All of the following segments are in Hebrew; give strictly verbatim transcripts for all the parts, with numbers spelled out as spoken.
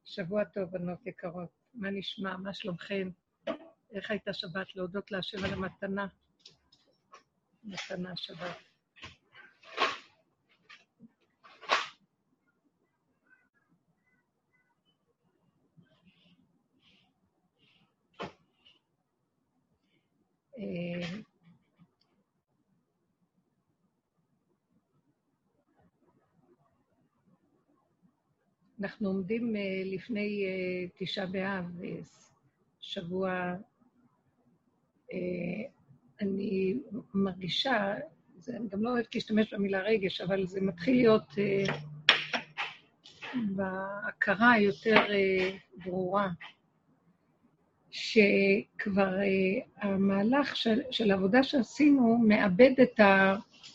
שבוע טוב, בנות יקרות. מה נשמע? מה שלומכם? איך הייתה שבת? להודות להשם על המתנה. מתנה שבת. אנחנו עומדים לפני תשעה באב, שבוע, אני מרגישה, זה, אני גם לא אוהבת להשתמש במילה רגש, אבל זה מתחיל להיות בהכרה יותר ברורה, שכבר המהלך של, של העבודה שעשינו מאבד את, ה,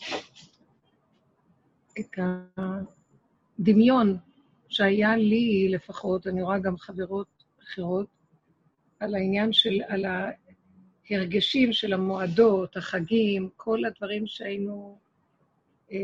את הדמיון שהיה לי לפחות, אני רואה גם חברות אחרות, על העניין של, על ההרגשים של המועדות, החגים, כל הדברים שהיינו אה,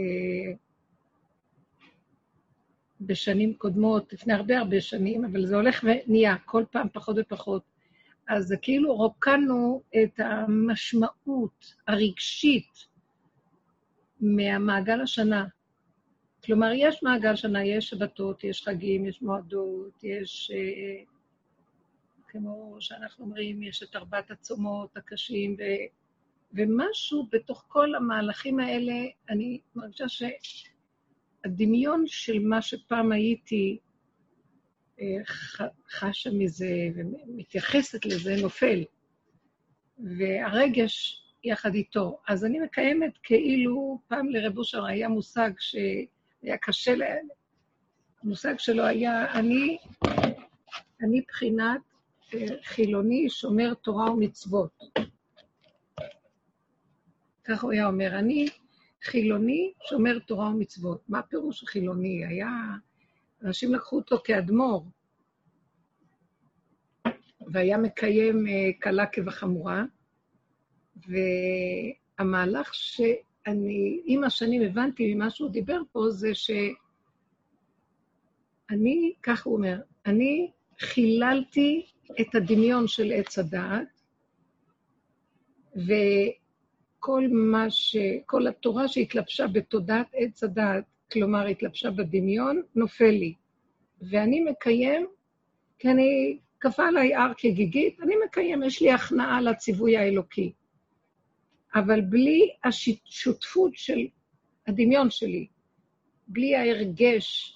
בשנים קודמות, לפני הרבה הרבה שנים, אבל זה הולך ונהיה כל פעם פחות ופחות. אז זה כאילו רוקנו את המשמעות הרגשית מהמעגל השנה. כלומר, יש מעגל שנה, יש שבתות, יש חגים, יש מועדות, יש, אה, כמו שאנחנו אומרים, יש את ארבעת הצומות הקשים, ו, ומשהו בתוך כל המהלכים האלה, אני מרגישה שהדמיון של מה שפעם הייתי אה, ח, חשה מזה ומתייחסת לזה נופל, והרגש יחד איתו. אז אני מקיימת כאילו, פעם לרב אושר היה מושג ש... היה קשה להם. המושג שלו היה, אני, אני בחינת חילוני שומר תורה ומצוות. כך הוא היה אומר, אני חילוני שומר תורה ומצוות. מה פירוש חילוני? היה, אנשים לקחו אותו כאדמו"ר, והיה מקיים קלה כבחמורה, והמהלך ש... אני, עם השנים הבנתי ממה שהוא דיבר פה, זה שאני, כך הוא אומר, אני חיללתי את הדמיון של עץ הדעת, וכל מה ש... כל התורה שהתלבשה בתודעת עץ הדעת, כלומר התלבשה בדמיון, נופל לי. ואני מקיים, כי אני כפה עליי הר כגיגית, אני מקיים, יש לי הכנעה לציווי האלוקי. אבל בלי השותפות של הדמיון שלי, בלי ההרגש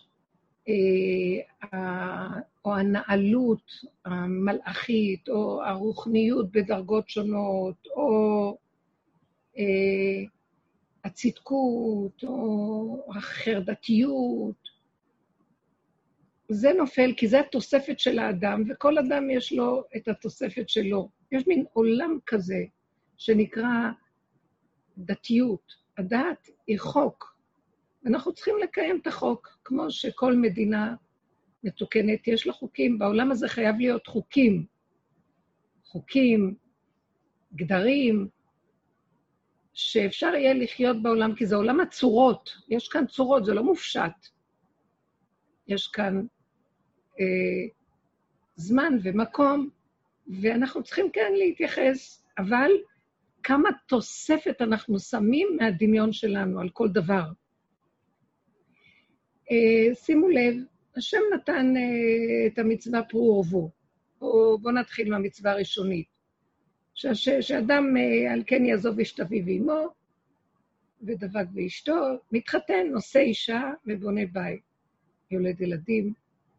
אה, או הנעלות המלאכית, או הרוחניות בדרגות שונות, או אה, הצדקות, או החרדתיות, זה נופל, כי זה התוספת של האדם, וכל אדם יש לו את התוספת שלו. יש מין עולם כזה שנקרא דתיות. הדת היא חוק. אנחנו צריכים לקיים את החוק, כמו שכל מדינה מתוקנת יש לה חוקים. בעולם הזה חייב להיות חוקים. חוקים, גדרים, שאפשר יהיה לחיות בעולם, כי זה עולם הצורות. יש כאן צורות, זה לא מופשט. יש כאן אה, זמן ומקום, ואנחנו צריכים כן להתייחס, אבל כמה תוספת אנחנו שמים מהדמיון שלנו על כל דבר. Uh, שימו לב, השם נתן uh, את המצווה פרו ורבו. בואו בוא נתחיל מהמצווה הראשונית. ש, ש, שאדם uh, על כן יעזוב אשת אביו ואמו, ודבק באשתו, מתחתן, נושא אישה ובונה בית. יולד ילדים.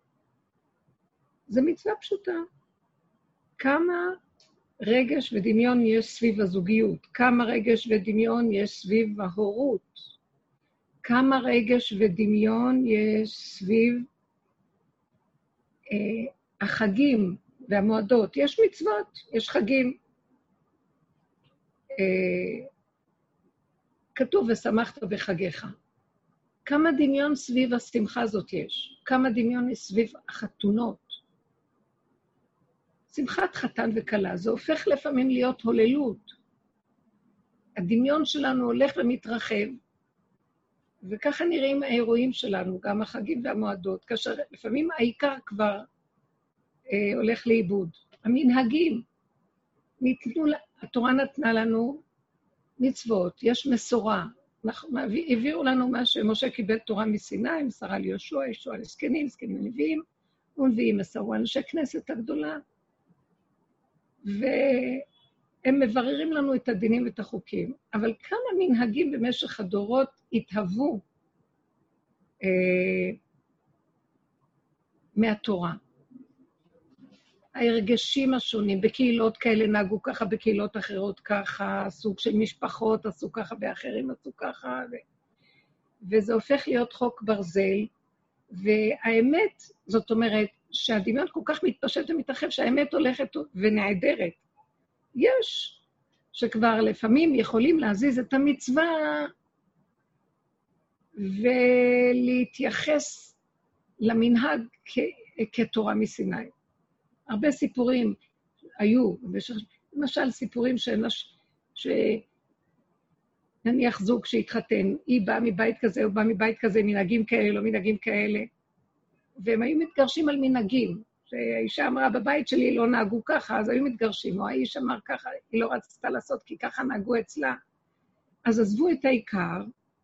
זה מצווה פשוטה. כמה רגש ודמיון יש סביב הזוגיות, כמה רגש ודמיון יש סביב ההורות, כמה רגש ודמיון יש סביב אה, החגים והמועדות. יש מצוות, יש חגים. אה, כתוב ושמחת בחגיך. כמה דמיון סביב השמחה הזאת יש, כמה דמיון יש סביב החתונות. שמחת חתן וקלה, זה הופך לפעמים להיות הוללות. הדמיון שלנו הולך ומתרחב, וככה נראים האירועים שלנו, גם החגים והמועדות, כאשר לפעמים העיקר כבר אה, הולך לאיבוד. המנהגים, ניתנו, התורה נתנה לנו מצוות, יש מסורה. אנחנו, הביאו לנו מה שמשה קיבל תורה מסיני, מסרה ליהושע, יהושע לזקנים, זקנים לנביאים, ונביאים מסרו אנשי כנסת הגדולה, והם מבררים לנו את הדינים ואת החוקים, אבל כמה מנהגים במשך הדורות התהוו אה, מהתורה. ההרגשים השונים, בקהילות כאלה נהגו ככה, בקהילות אחרות ככה, סוג של משפחות עשו ככה, באחרים עשו ככה, ו... וזה הופך להיות חוק ברזל, והאמת, זאת אומרת, שהדמיון כל כך מתפשט ומתרחב, שהאמת הולכת ונעדרת. יש שכבר לפעמים יכולים להזיז את המצווה, ולהתייחס למנהג כ... כתורה מסיני. הרבה סיפורים היו, למשל סיפורים שנש... שנניח זוג שהתחתן, היא באה מבית כזה, הוא בא מבית כזה, מנהגים כאלה, לא מנהגים כאלה, והם היו מתגרשים על מנהגים, שהאישה אמרה, בבית שלי לא נהגו ככה, אז היו מתגרשים, או האיש אמר ככה, היא לא רצתה לעשות, כי ככה נהגו אצלה. אז עזבו את העיקר,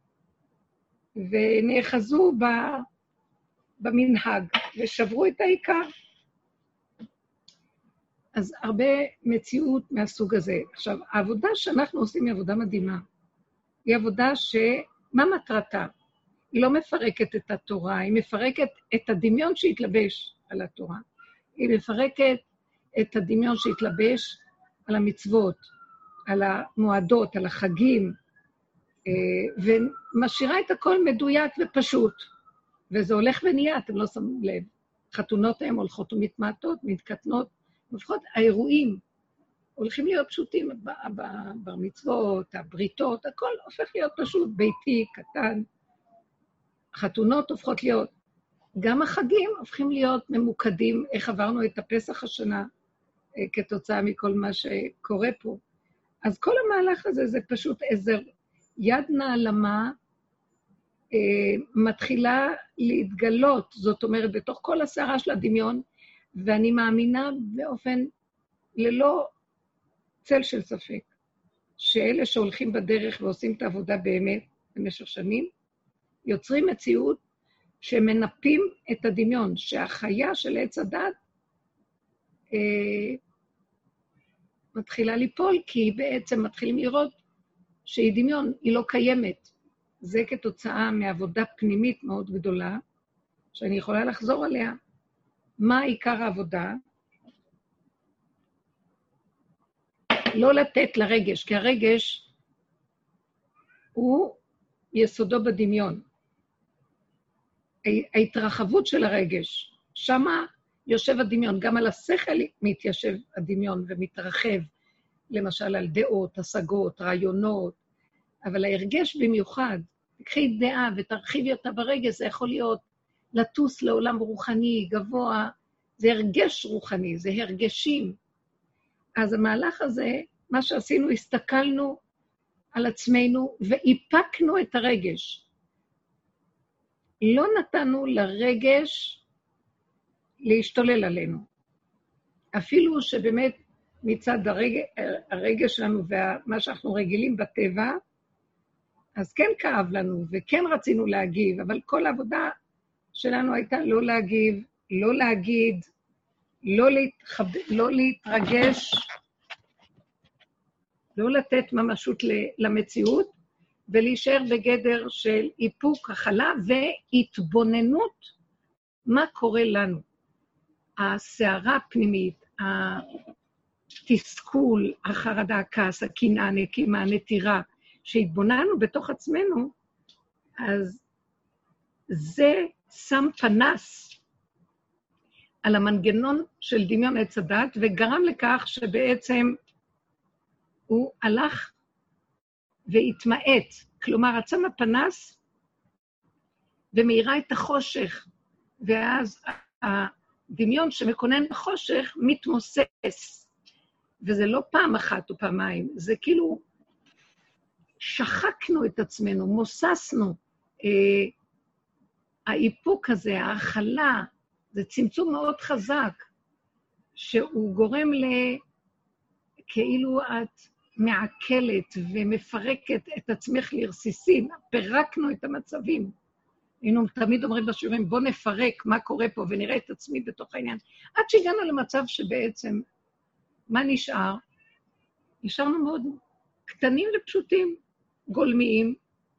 ונאחזו ב... במנהג, ושברו את העיקר. אז הרבה מציאות מהסוג הזה. עכשיו, העבודה שאנחנו עושים היא עבודה מדהימה. היא עבודה ש... מה מטרתה? היא לא מפרקת את התורה, היא מפרקת את הדמיון שהתלבש על התורה. היא מפרקת את הדמיון שהתלבש על המצוות, על המועדות, על החגים, ומשאירה את הכל מדויק ופשוט. וזה הולך ונהיה, אתם לא שמים לב. חתונות הן הולכות ומתמעטות, מתקטנות, לפחות האירועים הולכים להיות פשוטים, בר מצוות, הבריתות, הכל הופך להיות פשוט, ביתי, קטן. חתונות הופכות להיות, גם החגים הופכים להיות ממוקדים, איך עברנו את הפסח השנה, כתוצאה מכל מה שקורה פה. אז כל המהלך הזה זה פשוט איזה יד נעלמה, מתחילה להתגלות, זאת אומרת, בתוך כל הסערה של הדמיון, ואני מאמינה באופן ללא צל של ספק, שאלה שהולכים בדרך ועושים את העבודה באמת במשך שנים, יוצרים מציאות שמנפים את הדמיון, שהחיה של עץ הדת אה, מתחילה ליפול, כי היא בעצם מתחילים לראות שהיא דמיון, היא לא קיימת. זה כתוצאה מעבודה פנימית מאוד גדולה, שאני יכולה לחזור עליה. מה עיקר העבודה? לא לתת לרגש, כי הרגש הוא יסודו בדמיון. ההתרחבות של הרגש, שמה יושב הדמיון, גם על השכל מתיישב הדמיון ומתרחב, למשל על דעות, השגות, רעיונות, אבל ההרגש במיוחד, תקחי דעה ותרחיבי אותה ברגש, זה יכול להיות לטוס לעולם רוחני, גבוה, זה הרגש רוחני, זה הרגשים. אז המהלך הזה, מה שעשינו, הסתכלנו על עצמנו ואיפקנו את הרגש. לא נתנו לרגש להשתולל עלינו. אפילו שבאמת מצד הרג... הרגש שלנו ומה שאנחנו רגילים בטבע, אז כן כאב לנו וכן רצינו להגיב, אבל כל העבודה שלנו הייתה לא להגיב, לא להגיד, לא, להתחב... לא להתרגש, לא לתת ממשות למציאות, ולהישאר בגדר של איפוק, הכלה והתבוננות מה קורה לנו. הסערה הפנימית, התסכול, החרדה, הכעס, הקנאה, הנקימה, הנטירה, שהתבוננו בתוך עצמנו, אז זה שם פנס על המנגנון של דמיון עץ הדת, וגרם לכך שבעצם הוא הלך והתמעט, כלומר, עצם הפנס ומאירה את החושך, ואז הדמיון שמקונן בחושך מתמוסס, וזה לא פעם אחת או פעמיים, זה כאילו שחקנו את עצמנו, מוססנו, אה, האיפוק הזה, ההכלה, זה צמצום מאוד חזק, שהוא גורם ל... כאילו את מעכלת ומפרקת את עצמך לרסיסים, פירקנו את המצבים. היינו תמיד אומרים בשיעורים, בוא נפרק מה קורה פה ונראה את עצמי בתוך העניין. עד שהגענו למצב שבעצם, מה נשאר? נשארנו מאוד קטנים ופשוטים, גולמיים,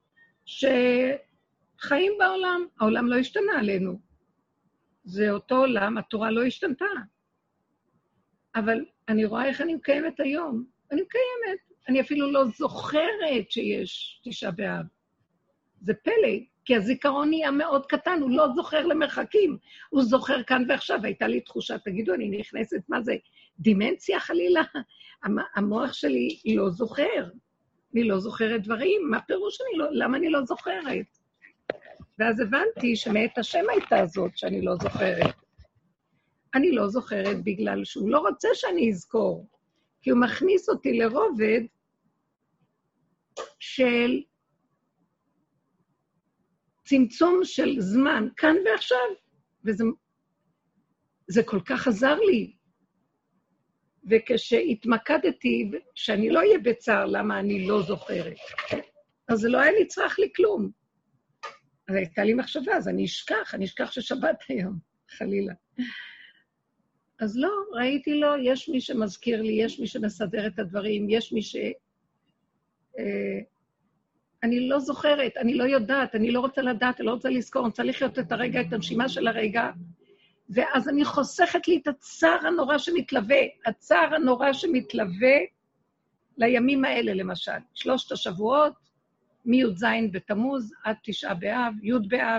שחיים בעולם. העולם לא השתנה עלינו. זה אותו עולם, התורה לא השתנתה. אבל אני רואה איך אני מקיימת היום. אני מקיימת. אני אפילו לא זוכרת שיש תשעה באב. זה פלא, כי הזיכרון נהיה מאוד קטן, הוא לא זוכר למרחקים. הוא זוכר כאן ועכשיו. הייתה לי תחושה, תגידו, אני נכנסת, מה זה? דימנציה חלילה? המוח שלי לא זוכר. אני לא זוכרת דברים. מה פירוש אני לא, למה אני לא זוכרת? ואז הבנתי שמאת השם הייתה זאת שאני לא זוכרת. אני לא זוכרת בגלל שהוא לא רוצה שאני אזכור, כי הוא מכניס אותי לרובד של צמצום של זמן, כאן ועכשיו, וזה זה כל כך עזר לי. וכשהתמקדתי שאני לא אהיה בצער למה אני לא זוכרת, אז זה לא היה נצרך לי כלום. אז הייתה לי מחשבה, אז אני אשכח, אני אשכח ששבת היום, חלילה. אז לא, ראיתי לו, יש מי שמזכיר לי, יש מי שמסדר את הדברים, יש מי ש... אה, אני לא זוכרת, אני לא יודעת, אני לא רוצה לדעת, אני לא רוצה לזכור, אני רוצה לחיות את הרגע, את הנשימה של הרגע, ואז אני חוסכת לי את הצער הנורא שמתלווה, הצער הנורא שמתלווה לימים האלה, למשל. שלושת השבועות, מי"ז בתמוז עד תשעה באב, י' באב.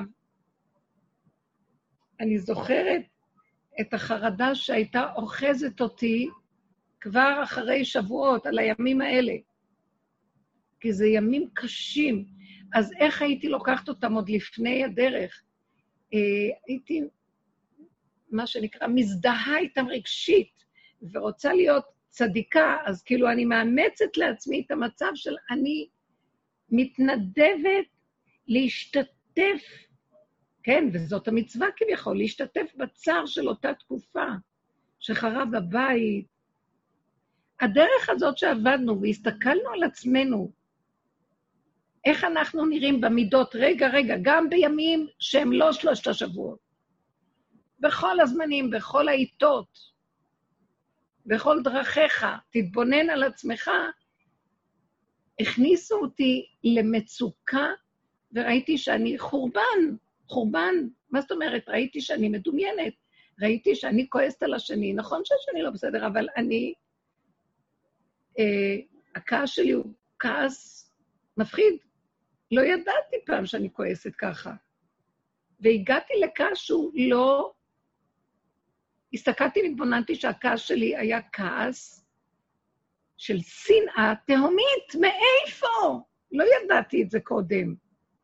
אני זוכרת את החרדה שהייתה אוחזת אותי כבר אחרי שבועות על הימים האלה. כי זה ימים קשים. אז איך הייתי לוקחת אותם עוד לפני הדרך? אה, הייתי, מה שנקרא, מזדהה איתם רגשית, ורוצה להיות צדיקה, אז כאילו אני מאמצת לעצמי את המצב של אני מתנדבת להשתתף, כן, וזאת המצווה כביכול, להשתתף בצער של אותה תקופה, שחרב הבית. הדרך הזאת שעבדנו והסתכלנו על עצמנו, איך אנחנו נראים במידות, רגע, רגע, גם בימים שהם לא שלושת השבועות, בכל הזמנים, בכל העיתות, בכל דרכיך, תתבונן על עצמך, הכניסו אותי למצוקה, וראיתי שאני חורבן, חורבן, מה זאת אומרת? ראיתי שאני מדומיינת, ראיתי שאני כועסת על השני, נכון שאני לא בסדר, אבל אני, אה, הכעס שלי הוא כעס מפחיד, לא ידעתי פעם שאני כועסת ככה, והגעתי לכעס שהוא לא, הסתכלתי והתבוננתי שהכעס שלי היה כעס של שנאה תהומית, מאיפה? לא ידעתי את זה קודם.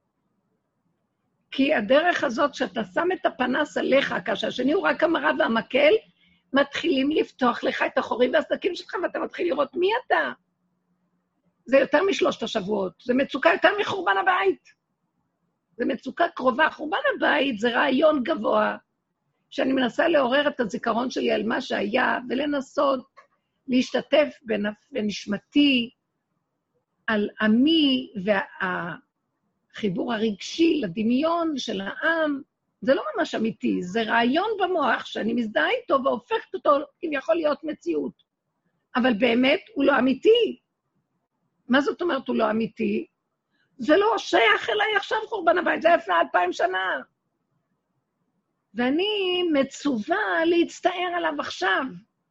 כי הדרך הזאת שאתה שם את הפנס עליך, כאשר השני הוא רק המראה והמקל, מתחילים לפתוח לך את החורים והסדקים שלך, ואתה מתחיל לראות מי אתה. זה יותר משלושת השבועות, זה מצוקה יותר מחורבן הבית. זה מצוקה קרובה. חורבן הבית זה רעיון גבוה, שאני מנסה לעורר את הזיכרון שלי על מה שהיה, ולנסות להשתתף בנשמתי, על עמי והחיבור הרגשי לדמיון של העם. זה לא ממש אמיתי, זה רעיון במוח שאני מזדהה איתו והופכת אותו אם יכול להיות מציאות. אבל באמת הוא לא אמיתי. מה זאת אומרת הוא לא אמיתי? זה לא שייך אליי עכשיו חורבן הבית, זה לפני אלפיים שנה. ואני מצווה להצטער עליו עכשיו.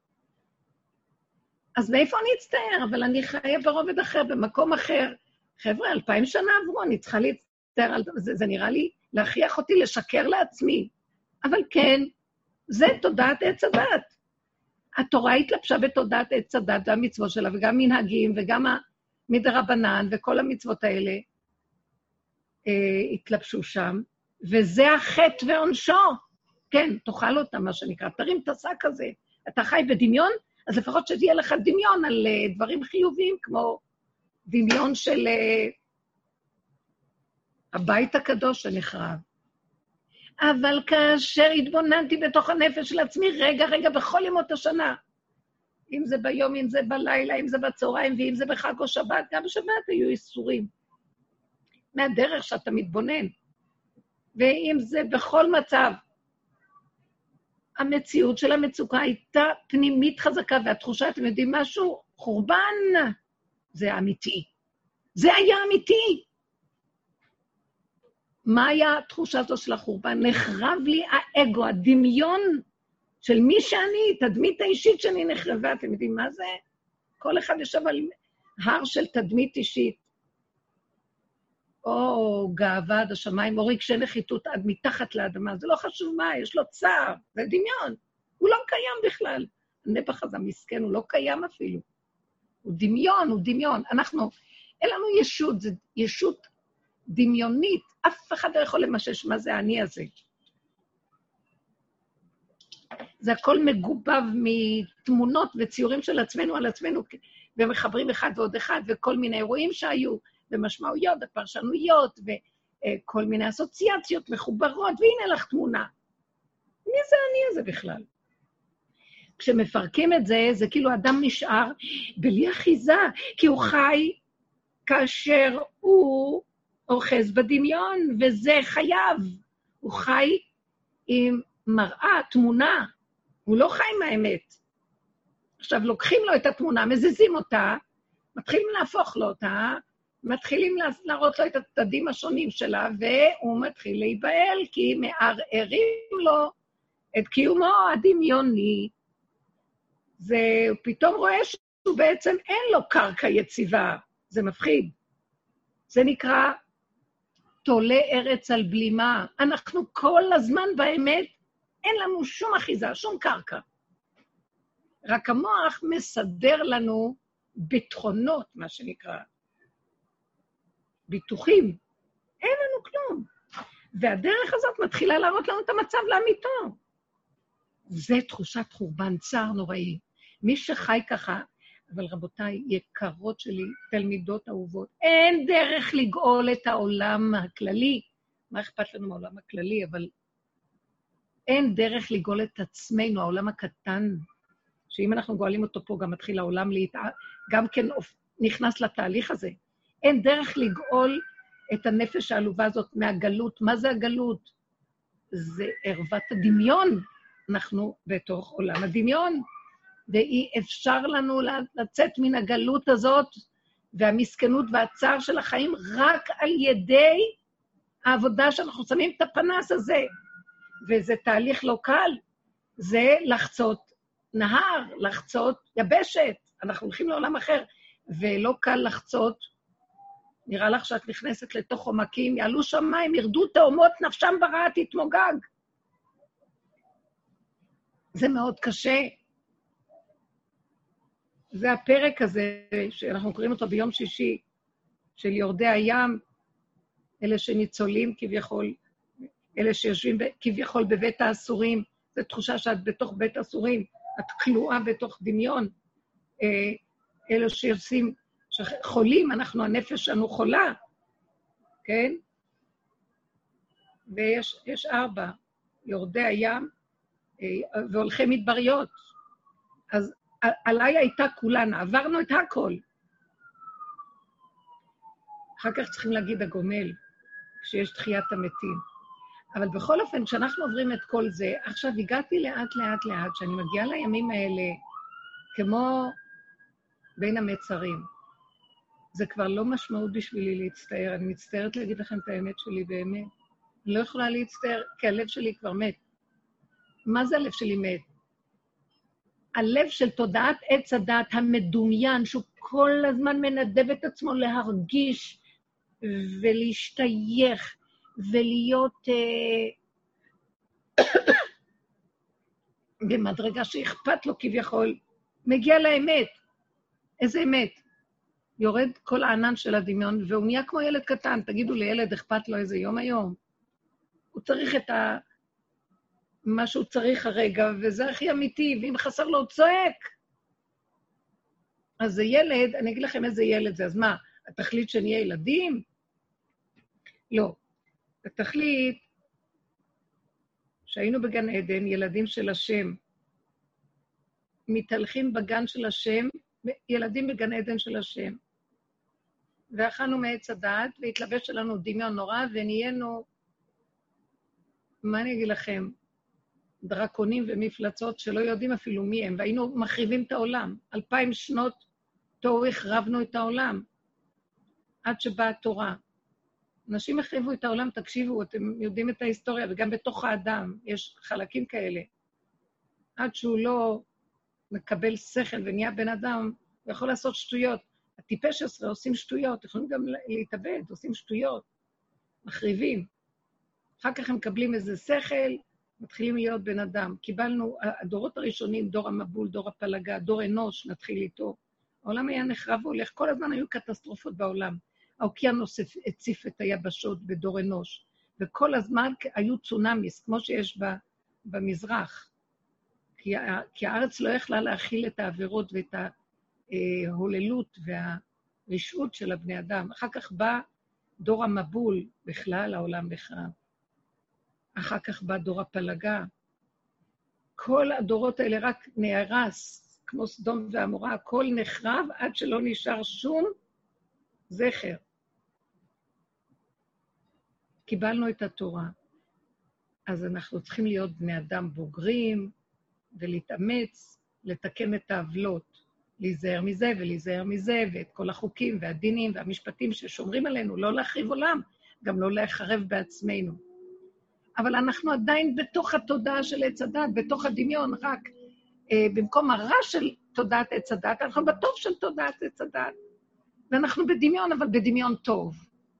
אז מאיפה אני אצטער? אבל אני חיה ברובד אחר, במקום אחר. חבר'ה, אלפיים שנה עברו, אני צריכה להצטער על זה, זה נראה לי להכריח אותי לשקר לעצמי. אבל כן, זה תודעת עץ הדת. התורה התלבשה בתודעת עץ הדת, והמצוות שלה, וגם מנהגים, וגם מדרבנן, וכל המצוות האלה אה, התלבשו שם, וזה החטא ועונשו. כן, תאכל אותה, מה שנקרא, תרים את השק הזה. אתה חי בדמיון, אז לפחות שתהיה לך דמיון על uh, דברים חיוביים, כמו דמיון של uh, הבית הקדוש שנחרב. אבל כאשר התבוננתי בתוך הנפש של עצמי, רגע, רגע, בכל ימות השנה, אם זה ביום, אם זה בלילה, אם זה בצהריים, ואם זה בחג או שבת, גם בשבת היו איסורים. מהדרך שאתה מתבונן. ואם זה בכל מצב, המציאות של המצוקה הייתה פנימית חזקה, והתחושה, אתם יודעים משהו? חורבן, זה אמיתי. זה היה אמיתי. מה היה התחושה הזו של החורבן? נחרב לי האגו, הדמיון של מי שאני, תדמית האישית שאני נחרבה. אתם יודעים מה זה? כל אחד יושב על הר של תדמית אישית. או גאווה עד השמיים, או רגשי נחיתות עד מתחת לאדמה. זה לא חשוב מה, יש לו צער, זה דמיון. הוא לא קיים בכלל. הנפח הזה מסכן, הוא לא קיים אפילו. הוא דמיון, הוא דמיון. אנחנו, אין לנו ישות, זה ישות דמיונית. אף אחד לא יכול למשש מה זה אני הזה. זה הכל מגובב מתמונות וציורים של עצמנו על עצמנו, ומחברים אחד ועוד אחד, וכל מיני אירועים שהיו, ומשמעויות, ופרשנויות, וכל מיני אסוציאציות מחוברות, והנה לך תמונה. מי זה אני הזה בכלל? כשמפרקים את זה, זה כאילו אדם נשאר בלי אחיזה, כי הוא חי כאשר הוא אוחז בדמיון, וזה חייב. הוא חי עם מראה, תמונה. הוא לא חי עם האמת. עכשיו לוקחים לו את התמונה, מזיזים אותה, מתחילים להפוך לו אותה, מתחילים להראות לו את הצדדים השונים שלה, והוא מתחיל להיבהל, כי מערערים לו את קיומו הדמיוני. זה, הוא פתאום רואה שהוא בעצם אין לו קרקע יציבה. זה מפחיד. זה נקרא תולה ארץ על בלימה. אנחנו כל הזמן באמת, אין לנו שום אחיזה, שום קרקע. רק המוח מסדר לנו ביטחונות, מה שנקרא. ביטוחים. אין לנו כלום. והדרך הזאת מתחילה להראות לנו את המצב לאמיתו. זה תחושת חורבן, צער נוראי. מי שחי ככה, אבל רבותיי, יקרות שלי, תלמידות אהובות, אין דרך לגאול את העולם הכללי. מה אכפת לנו מהעולם הכללי? אבל אין דרך לגאול את עצמנו, העולם הקטן, שאם אנחנו גואלים אותו פה, גם מתחיל העולם להתע... גם כן נכנס לתהליך הזה. אין דרך לגאול את הנפש העלובה הזאת מהגלות. מה זה הגלות? זה ערוות הדמיון. אנחנו בתוך עולם הדמיון. ואי אפשר לנו לצאת מן הגלות הזאת, והמסכנות והצער של החיים, רק על ידי העבודה שאנחנו שמים את הפנס הזה. וזה תהליך לא קל. זה לחצות נהר, לחצות יבשת. אנחנו הולכים לעולם אחר, ולא קל לחצות. נראה לך שאת נכנסת לתוך עומקים, יעלו שמיים, ירדו תאומות, נפשם ברעה, תתמוגג. זה מאוד קשה. זה הפרק הזה, שאנחנו קוראים אותו ביום שישי, של יורדי הים, אלה שניצולים כביכול, אלה שיושבים כביכול בבית האסורים, זו תחושה שאת בתוך בית האסורים, את כלואה בתוך דמיון. אלה שיוצאים, חולים, אנחנו, הנפש שלנו חולה, כן? ויש יש ארבע, יורדי הים והולכי מדבריות. אז עליי הייתה כולנה, עברנו את הכל. אחר כך צריכים להגיד הגומל, כשיש תחיית המתים. אבל בכל אופן, כשאנחנו עוברים את כל זה, עכשיו הגעתי לאט לאט לאט, שאני מגיעה לימים האלה, כמו בין המצרים. זה כבר לא משמעות בשבילי להצטער, אני מצטערת להגיד לכם את האמת שלי באמת. אני לא יכולה להצטער, כי הלב שלי כבר מת. מה זה הלב שלי מת? הלב של תודעת עץ הדת המדומיין, שהוא כל הזמן מנדב את עצמו להרגיש ולהשתייך ולהיות אה, במדרגה שאכפת לו כביכול, מגיע לאמת. איזה אמת? יורד כל הענן של הדמיון, והוא נהיה כמו ילד קטן. תגידו לילד, אכפת לו איזה יום היום? הוא צריך את ה... מה שהוא צריך הרגע, וזה הכי אמיתי, ואם חסר לו, הוא צועק. אז זה ילד, אני אגיד לכם איזה ילד זה, אז מה, התכלית שנהיה ילדים? לא. התכלית שהיינו בגן עדן, ילדים של השם, מתהלכים בגן של השם, ילדים בגן עדן של השם. ואכלנו מעץ הדעת, והתלבש עלינו דמיון נורא, ונהיינו, מה אני אגיד לכם, דרקונים ומפלצות שלא יודעים אפילו מי הם, והיינו מחריבים את העולם. אלפיים שנות תוהו החרבנו את העולם, עד שבאה התורה. אנשים החריבו את העולם, תקשיבו, אתם יודעים את ההיסטוריה, וגם בתוך האדם יש חלקים כאלה. עד שהוא לא מקבל שכל ונהיה בן אדם, הוא יכול לעשות שטויות. הטיפש עשרה עושים שטויות, יכולים גם להתאבד, עושים שטויות, מחריבים. אחר כך הם מקבלים איזה שכל, מתחילים להיות בן אדם. קיבלנו, הדורות הראשונים, דור המבול, דור הפלגה, דור אנוש, נתחיל איתו. העולם היה נחרב והולך, כל הזמן היו קטסטרופות בעולם. האוקיינוס הציף את היבשות בדור אנוש, וכל הזמן היו צונאמיס, כמו שיש במזרח. כי, כי הארץ לא יכלה להכיל את העבירות ואת ההוללות והרשעות של הבני אדם. אחר כך בא דור המבול, בכלל העולם נחרב. אחר כך בא דור הפלגה. כל הדורות האלה רק נהרס, כמו סדום ועמורה, הכל נחרב עד שלא נשאר שום זכר. קיבלנו את התורה. אז אנחנו צריכים להיות בני אדם בוגרים, ולהתאמץ, לתקן את העוולות, להיזהר מזה ולהיזהר מזה, ואת כל החוקים והדינים והמשפטים ששומרים עלינו, לא להחריב עולם, גם לא להחרב בעצמנו. אבל אנחנו עדיין בתוך התודעה של עץ הדת, בתוך הדמיון, רק אה, במקום הרע של תודעת עץ הדת, אנחנו בטוב של תודעת עץ הדת. ואנחנו בדמיון, אבל בדמיון טוב.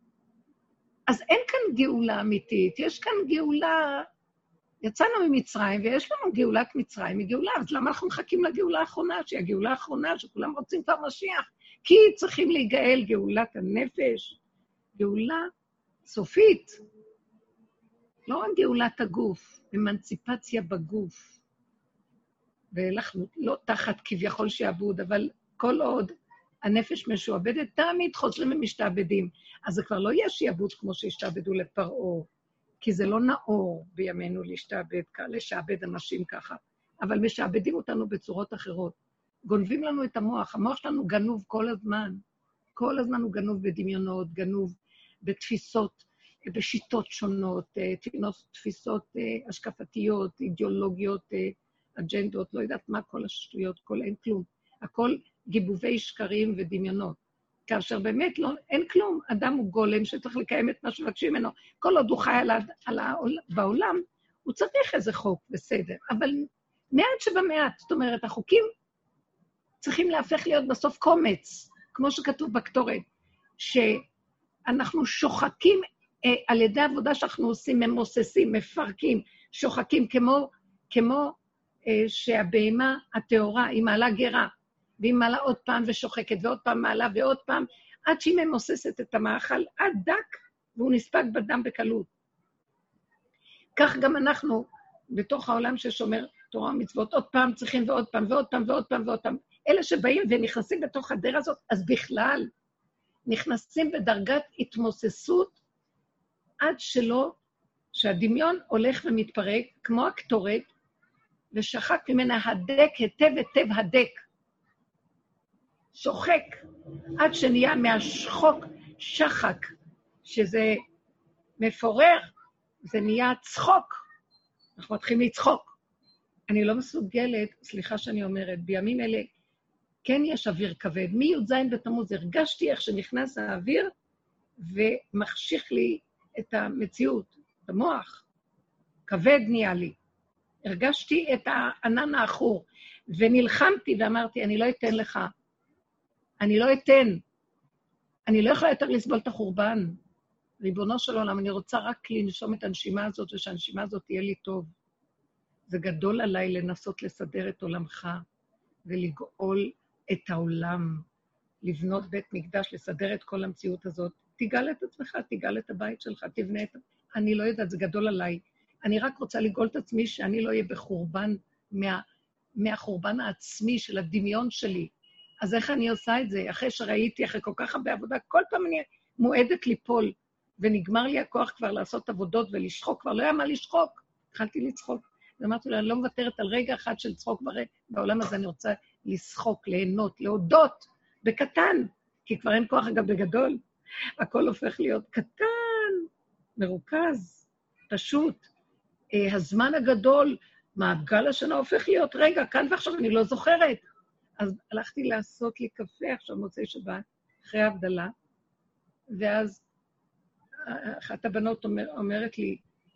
אז אין כאן גאולה אמיתית, יש כאן גאולה, יצאנו ממצרים, ויש לנו גאולת מצרים, היא גאולה, אז למה אנחנו מחכים לגאולה האחרונה, שהיא הגאולה האחרונה, שכולם רוצים כבר משיח? כי צריכים להיגאל גאולת הנפש, גאולה סופית, לא רק גאולת הגוף, אמנציפציה בגוף. ואנחנו לא תחת כביכול שעבוד, אבל כל עוד הנפש משועבדת, תמיד חוזרים ומשתעבדים. אז זה כבר לא יהיה שעבוד כמו שהשתעבדו לפרעה, כי זה לא נאור בימינו להשתעבד, לשעבד אנשים ככה. אבל משעבדים אותנו בצורות אחרות. גונבים לנו את המוח, המוח שלנו גנוב כל הזמן. כל הזמן הוא גנוב בדמיונות, גנוב בתפיסות, בשיטות שונות, תפיסות השקפתיות, אידיאולוגיות, אג'נדות, לא יודעת מה כל השטויות, כל אין כלום. הכל גיבובי שקרים ודמיונות. כאשר באמת לא, אין כלום, אדם הוא גולם שצריך לקיים את מה שבקשים ממנו. כל עוד הוא חי על, על העול, בעולם, הוא צריך איזה חוק בסדר, אבל מעט שבמעט, זאת אומרת, החוקים צריכים להפך להיות בסוף קומץ, כמו שכתוב בקטורת, שאנחנו שוחקים אה, על ידי עבודה שאנחנו עושים, ממוססים, מפרקים, שוחקים כמו, כמו אה, שהבהמה התאורה היא מעלה גרה, והיא מעלה עוד פעם ושוחקת, ועוד פעם מעלה ועוד פעם, עד שהיא ממוססת את המאכל עד דק, והוא נספק בדם בקלות. כך גם אנחנו, בתוך העולם ששומר תורה ומצוות, עוד פעם צריכים ועוד פעם ועוד פעם ועוד פעם ועוד פעם. אלה שבאים ונכנסים בתוך הדרך הזאת, אז בכלל נכנסים בדרגת התמוססות, עד שלא, שהדמיון הולך ומתפרק, כמו הקטורת, ושחק ממנה הדק, היטב היטב הדק. שוחק, עד שנהיה מהשחוק שחק, שזה מפורר, זה נהיה צחוק. אנחנו מתחילים לצחוק. אני לא מסוגלת, סליחה שאני אומרת, בימים אלה, כן יש אוויר כבד. מי-י"ז בתמוז, הרגשתי איך שנכנס האוויר, ומחשיך לי את המציאות, את המוח. כבד נהיה לי. הרגשתי את הענן האחור, ונלחמתי ואמרתי, אני לא אתן לך, אני לא אתן, אני לא יכולה יותר לסבול את החורבן. ריבונו של עולם, אני רוצה רק לנשום את הנשימה הזאת, ושהנשימה הזאת תהיה לי טוב. זה גדול עליי לנסות לסדר את עולמך, ולגאול את העולם, לבנות בית מקדש, לסדר את כל המציאות הזאת. תיגל את עצמך, תיגל את הבית שלך, תבנה את... אני לא יודעת, זה גדול עליי. אני רק רוצה לגאול את עצמי, שאני לא אהיה בחורבן, מה... מהחורבן העצמי של הדמיון שלי. אז איך אני עושה את זה? אחרי שראיתי, אחרי כל כך הרבה עבודה, כל פעם אני מועדת ליפול, ונגמר לי הכוח כבר לעשות עבודות ולשחוק, כבר לא היה מה לשחוק. התחלתי לצחוק. ואמרתי לו, אני לא מוותרת על רגע אחד של צחוק בעולם הזה, אני רוצה לשחוק, ליהנות, להודות, בקטן, כי כבר אין כוח אגב בגדול. הכל הופך להיות קטן, מרוכז, פשוט. הזמן הגדול, מעגל השנה הופך להיות רגע, כאן ועכשיו אני לא זוכרת. אז הלכתי לעשות לי קפה עכשיו מוצאי שבת, אחרי ההבדלה, ואז אחת הבנות אומר, אומרת לי,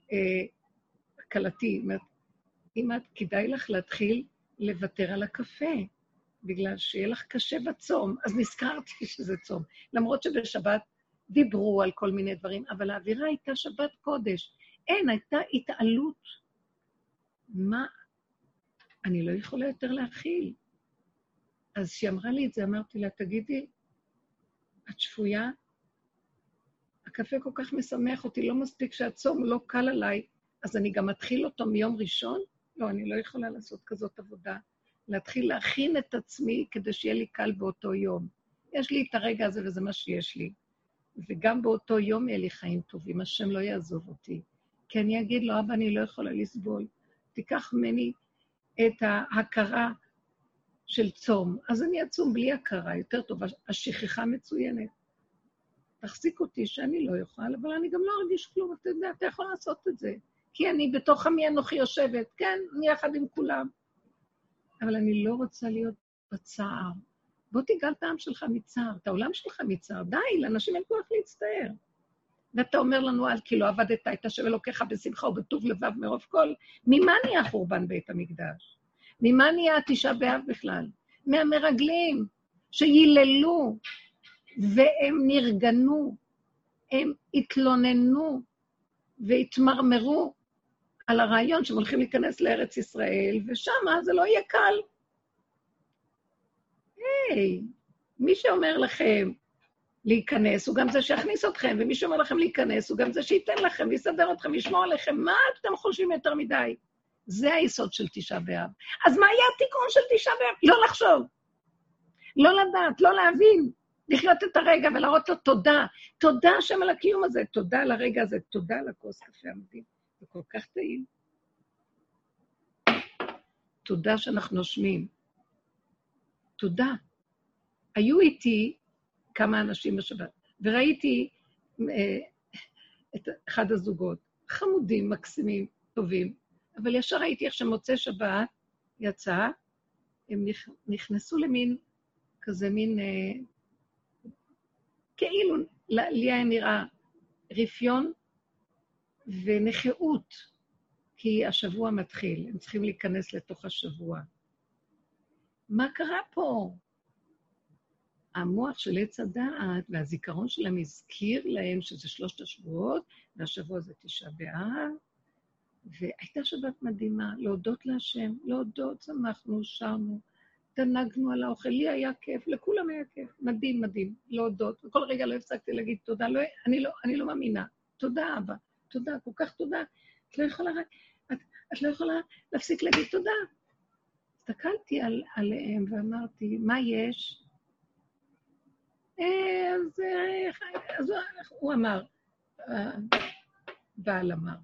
קלתי, אומרת, אמא, כדאי לך להתחיל לוותר על הקפה, בגלל שיהיה לך קשה בצום. אז נזכרתי שזה צום. למרות שבשבת דיברו על כל מיני דברים, אבל האווירה הייתה שבת קודש. אין, הייתה התעלות. מה? אני לא יכולה יותר להכיל. אז כשהיא אמרה לי את זה, אמרתי לה, תגידי, את שפויה? הקפה כל כך משמח אותי, לא מספיק שהצום לא קל עליי, אז אני גם מתחיל אותו מיום ראשון? לא, אני לא יכולה לעשות כזאת עבודה. להתחיל להכין את עצמי כדי שיהיה לי קל באותו יום. יש לי את הרגע הזה וזה מה שיש לי. וגם באותו יום יהיה לי חיים טובים, השם לא יעזוב אותי. כי אני אגיד לו, אבא, אני לא יכולה לסבול. תיקח ממני את ההכרה של צום. אז אני אצום בלי הכרה, יותר טוב, השכחה מצוינת. תחזיק אותי שאני לא יוכל, אבל אני גם לא ארגיש כלום, אתה יודע, אתה יכול לעשות את זה. כי אני בתוך עמי אנוכי יושבת, כן, אני יחד עם כולם. אבל אני לא רוצה להיות בצער. בוא תיגל את העם שלך מצער, את העולם שלך מצער. די, לאנשים אין כוח להצטער. ואתה אומר לנו, על כי לא עבדת את השם אלוקיך בשמחה ובטוב לבב מרוב כל, ממה נהיה חורבן בית המקדש? ממה נהיה תשעה באב בכלל? מהמרגלים שיללו, והם נרגנו, הם התלוננו והתמרמרו על הרעיון שהם הולכים להיכנס לארץ ישראל, ושם זה לא יהיה קל. היי, מי שאומר לכם להיכנס, הוא גם זה שיכניס אתכם, ומי שאומר לכם להיכנס, הוא גם זה שייתן לכם, ויסדר אתכם, ישמור עליכם. מה אתם חושבים יותר מדי? זה היסוד של תשעה באב. אז מה יהיה התיקון של תשעה באב? לא לחשוב, לא לדעת, לא להבין, לחיות את הרגע ולהראות לו תודה. תודה השם על הקיום הזה, תודה על הרגע הזה, תודה על הכוס קפה המדהים. זה כל כך טעים. תודה שאנחנו נושמים. תודה. היו איתי כמה אנשים בשבת, וראיתי אה, את אחד הזוגות, חמודים, מקסימים, טובים, אבל ישר ראיתי איך שמוצא שבת יצא, הם נכנסו למין, כזה מין, אה, כאילו, לי היה נראה רפיון ונחיעות, כי השבוע מתחיל, הם צריכים להיכנס לתוך השבוע. מה קרה פה? המוח של עץ הדעת והזיכרון שלהם הזכיר להם שזה שלושת השבועות, והשבוע זה תשעה באב, והייתה שבת מדהימה, להודות להשם, להודות, שמחנו, שרנו, תנגנו על האוכל, לי היה כיף, לכולם היה כיף, מדהים, מדהים, להודות, וכל רגע לא הפסקתי להגיד תודה, לא, אני, לא, אני לא מאמינה, תודה אבא, תודה, כל כך תודה, את לא יכולה, את, את לא יכולה להפסיק להגיד תודה. הסתכלתי על, עליהם ואמרתי, מה יש? אז, אז הוא אמר, בעל אמר,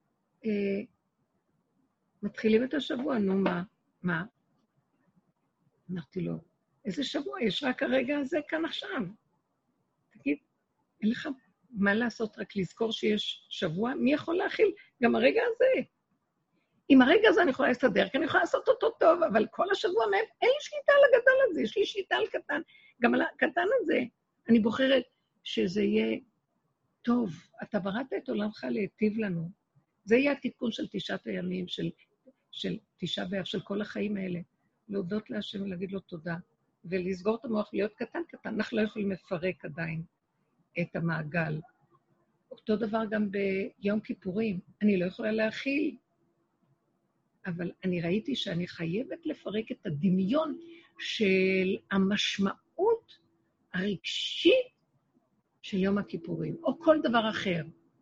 מתחילים את השבוע, נו מה? מה? אמרתי לו, איזה שבוע? יש רק הרגע הזה כאן עכשיו. תגיד, אין לך מה לעשות, רק לזכור שיש שבוע? מי יכול להכיל? גם הרגע הזה. עם הרגע הזה אני יכולה להסתדר, כי אני יכולה לעשות אותו טוב, אבל כל השבוע מהם, אין לי שליטה על הגדול הזה, יש לי שליטה על קטן. גם על הקטן הזה, אני בוחרת שזה יהיה טוב. אתה בראת את עולמך להיטיב לנו. זה יהיה התיקון של תשעת הימים, של, של תשעה באב, של כל החיים האלה. להודות להשם ולהגיד לו תודה, ולסגור את המוח, להיות קטן קטן. אנחנו לא יכולים לפרק עדיין את המעגל. אותו דבר גם ביום כיפורים. אני לא יכולה להכיל, אבל אני ראיתי שאני חייבת לפרק את הדמיון של המשמעות הרגשית של יום הכיפורים, או כל דבר אחר.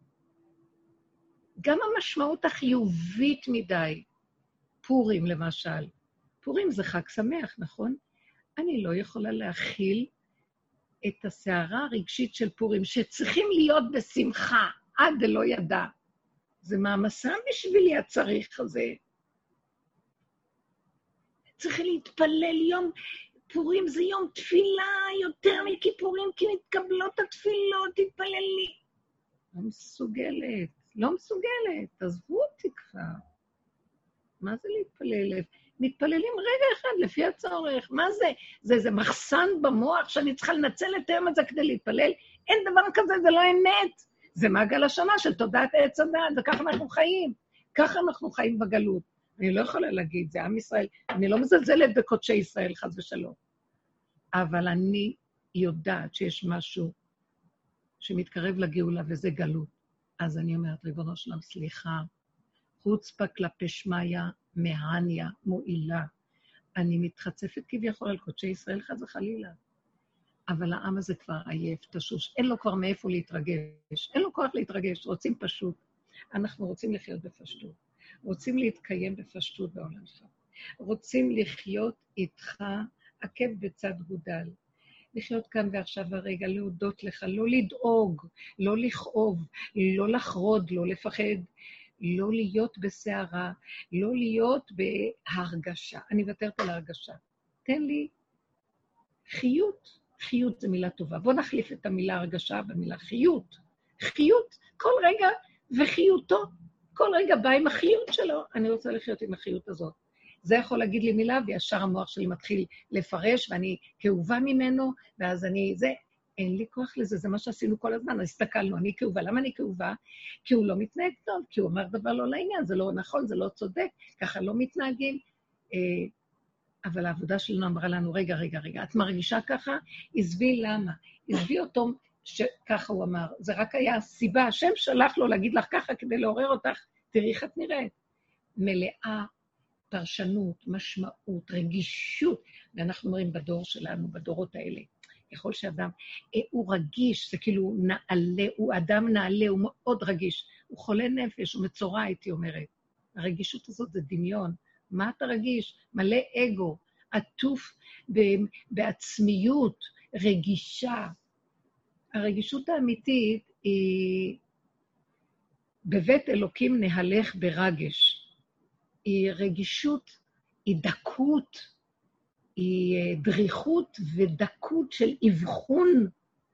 גם המשמעות החיובית מדי, פורים למשל. פורים זה חג שמח, נכון? אני לא יכולה להכיל את הסערה הרגשית של פורים, שצריכים להיות בשמחה, עד דלא ידע. זה מעמסה בשבילי הצריך הזה. צריך להתפלל יום, פורים זה יום תפילה יותר מכיפורים, כי מתקבלות התפילות, תתפללי. לא מסוגלת, לא מסוגלת, תעזבו אותי כבר. מה זה להתפלל? מתפללים רגע אחד לפי הצורך. מה זה? זה איזה מחסן במוח שאני צריכה לנצל את היום הזה כדי להתפלל? אין דבר כזה, זה לא אמת. זה מעגל השנה של תודעת עץ הדעת, וככה אנחנו חיים. ככה אנחנו חיים בגלות. אני לא יכולה להגיד, זה עם ישראל. אני לא מזלזלת בקודשי ישראל, חס ושלום. אבל אני יודעת שיש משהו שמתקרב לגאולה, וזה גלות. אז אני אומרת, ריבונו שלם, סליחה, חוצפה כלפי שמיה, מהניה, מועילה. אני מתחצפת כביכול על קודשי ישראל, חס וחלילה. אבל העם הזה כבר עייף, תשוש, אין לו כבר מאיפה להתרגש, אין לו כוח להתרגש, רוצים פשוט. אנחנו רוצים לחיות בפשטות, רוצים להתקיים בפשטות בעולם שלך, רוצים לחיות איתך עקב בצד גודל, לחיות כאן ועכשיו הרגע, להודות לך, לא לדאוג, לא לכאוב, לא לחרוד, לא לפחד, לא להיות בסערה, לא להיות בהרגשה. אני מוותרת על ההרגשה. תן לי חיות. חיות זה מילה טובה. בוא נחליף את המילה הרגשה במילה חיות. חיות, כל רגע וחיותו. כל רגע בא עם החיות שלו. אני רוצה לחיות עם החיות הזאת. זה יכול להגיד לי מילה, וישר המוח שלי מתחיל לפרש, ואני כאובה ממנו, ואז אני, זה, אין לי כוח לזה, זה מה שעשינו כל הזמן, הסתכלנו, אני כאובה. למה אני כאובה? כי הוא לא מתנהג טוב, כי הוא אומר דבר לא לעניין, זה לא נכון, זה לא צודק, ככה לא מתנהגים. אבל העבודה שלנו אמרה לנו, רגע, רגע, רגע, את מרגישה ככה? עזבי למה? עזבי אותו שככה הוא אמר. זה רק היה סיבה, השם שלח לו להגיד לך ככה כדי לעורר אותך, תראי איך את נראית. מלאה פרשנות, משמעות, רגישות, ואנחנו אומרים בדור שלנו, בדורות האלה, יכול שאדם, הוא רגיש, זה כאילו נעלה, הוא אדם נעלה, הוא מאוד רגיש, הוא חולה נפש, הוא מצורע, הייתי אומרת. הרגישות הזאת זה דמיון. מה אתה רגיש? מלא אגו, עטוף בעצמיות, רגישה. הרגישות האמיתית היא, בבית אלוקים נהלך ברגש. היא רגישות, היא דקות, היא דריכות ודקות של אבחון,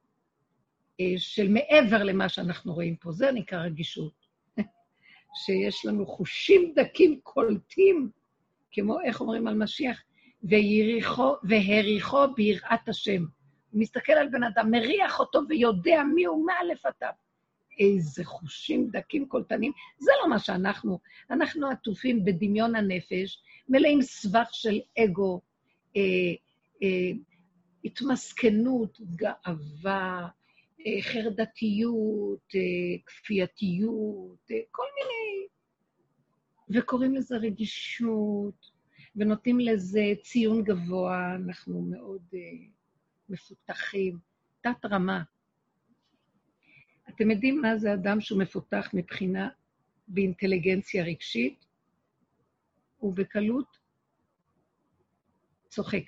של מעבר למה שאנחנו רואים פה. זה נקרא רגישות. שיש לנו חושים דקים קולטים, כמו איך אומרים על משיח, ויריחו, והריחו ביראת השם. הוא מסתכל על בן אדם, מריח אותו ויודע מי הוא מאלף עליו. איזה חושים דקים קולטנים. זה לא מה שאנחנו. אנחנו עטופים בדמיון הנפש, מלאים סבך של אגו, אה, אה, התמסכנות, גאווה, אה, חרדתיות, אה, כפייתיות, אה, כל מיני. וקוראים לזה רגישות, ונותנים לזה ציון גבוה, אנחנו מאוד uh, מפותחים, תת רמה. אתם יודעים מה זה אדם שהוא מפותח מבחינה באינטליגנציה רגשית? הוא בקלות צוחק.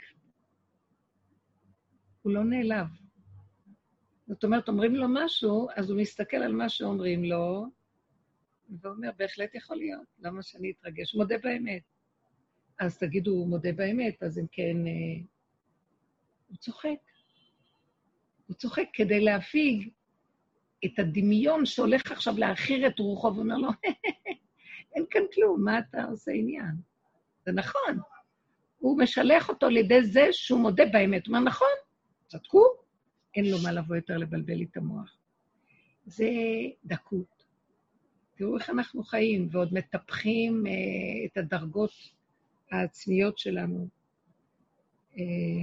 הוא לא נעלב. זאת אומרת, אומרים לו משהו, אז הוא מסתכל על מה שאומרים לו, ואומר, בהחלט יכול להיות, למה שאני אתרגש? מודה באמת. אז תגידו, הוא מודה באמת, אז אם כן, אה, הוא צוחק. הוא צוחק כדי להפיג את הדמיון שהולך עכשיו להכיר את רוחו, ואומר לו, אין כאן כלום, מה אתה עושה עניין? זה נכון. הוא משלח אותו לידי זה שהוא מודה באמת. הוא אומר, נכון, צדקו, אין לו מה לבוא יותר לבלבל לי את המוח. זה דקות. תראו איך אנחנו חיים, ועוד מטפחים אה, את הדרגות העצמיות שלנו. אה,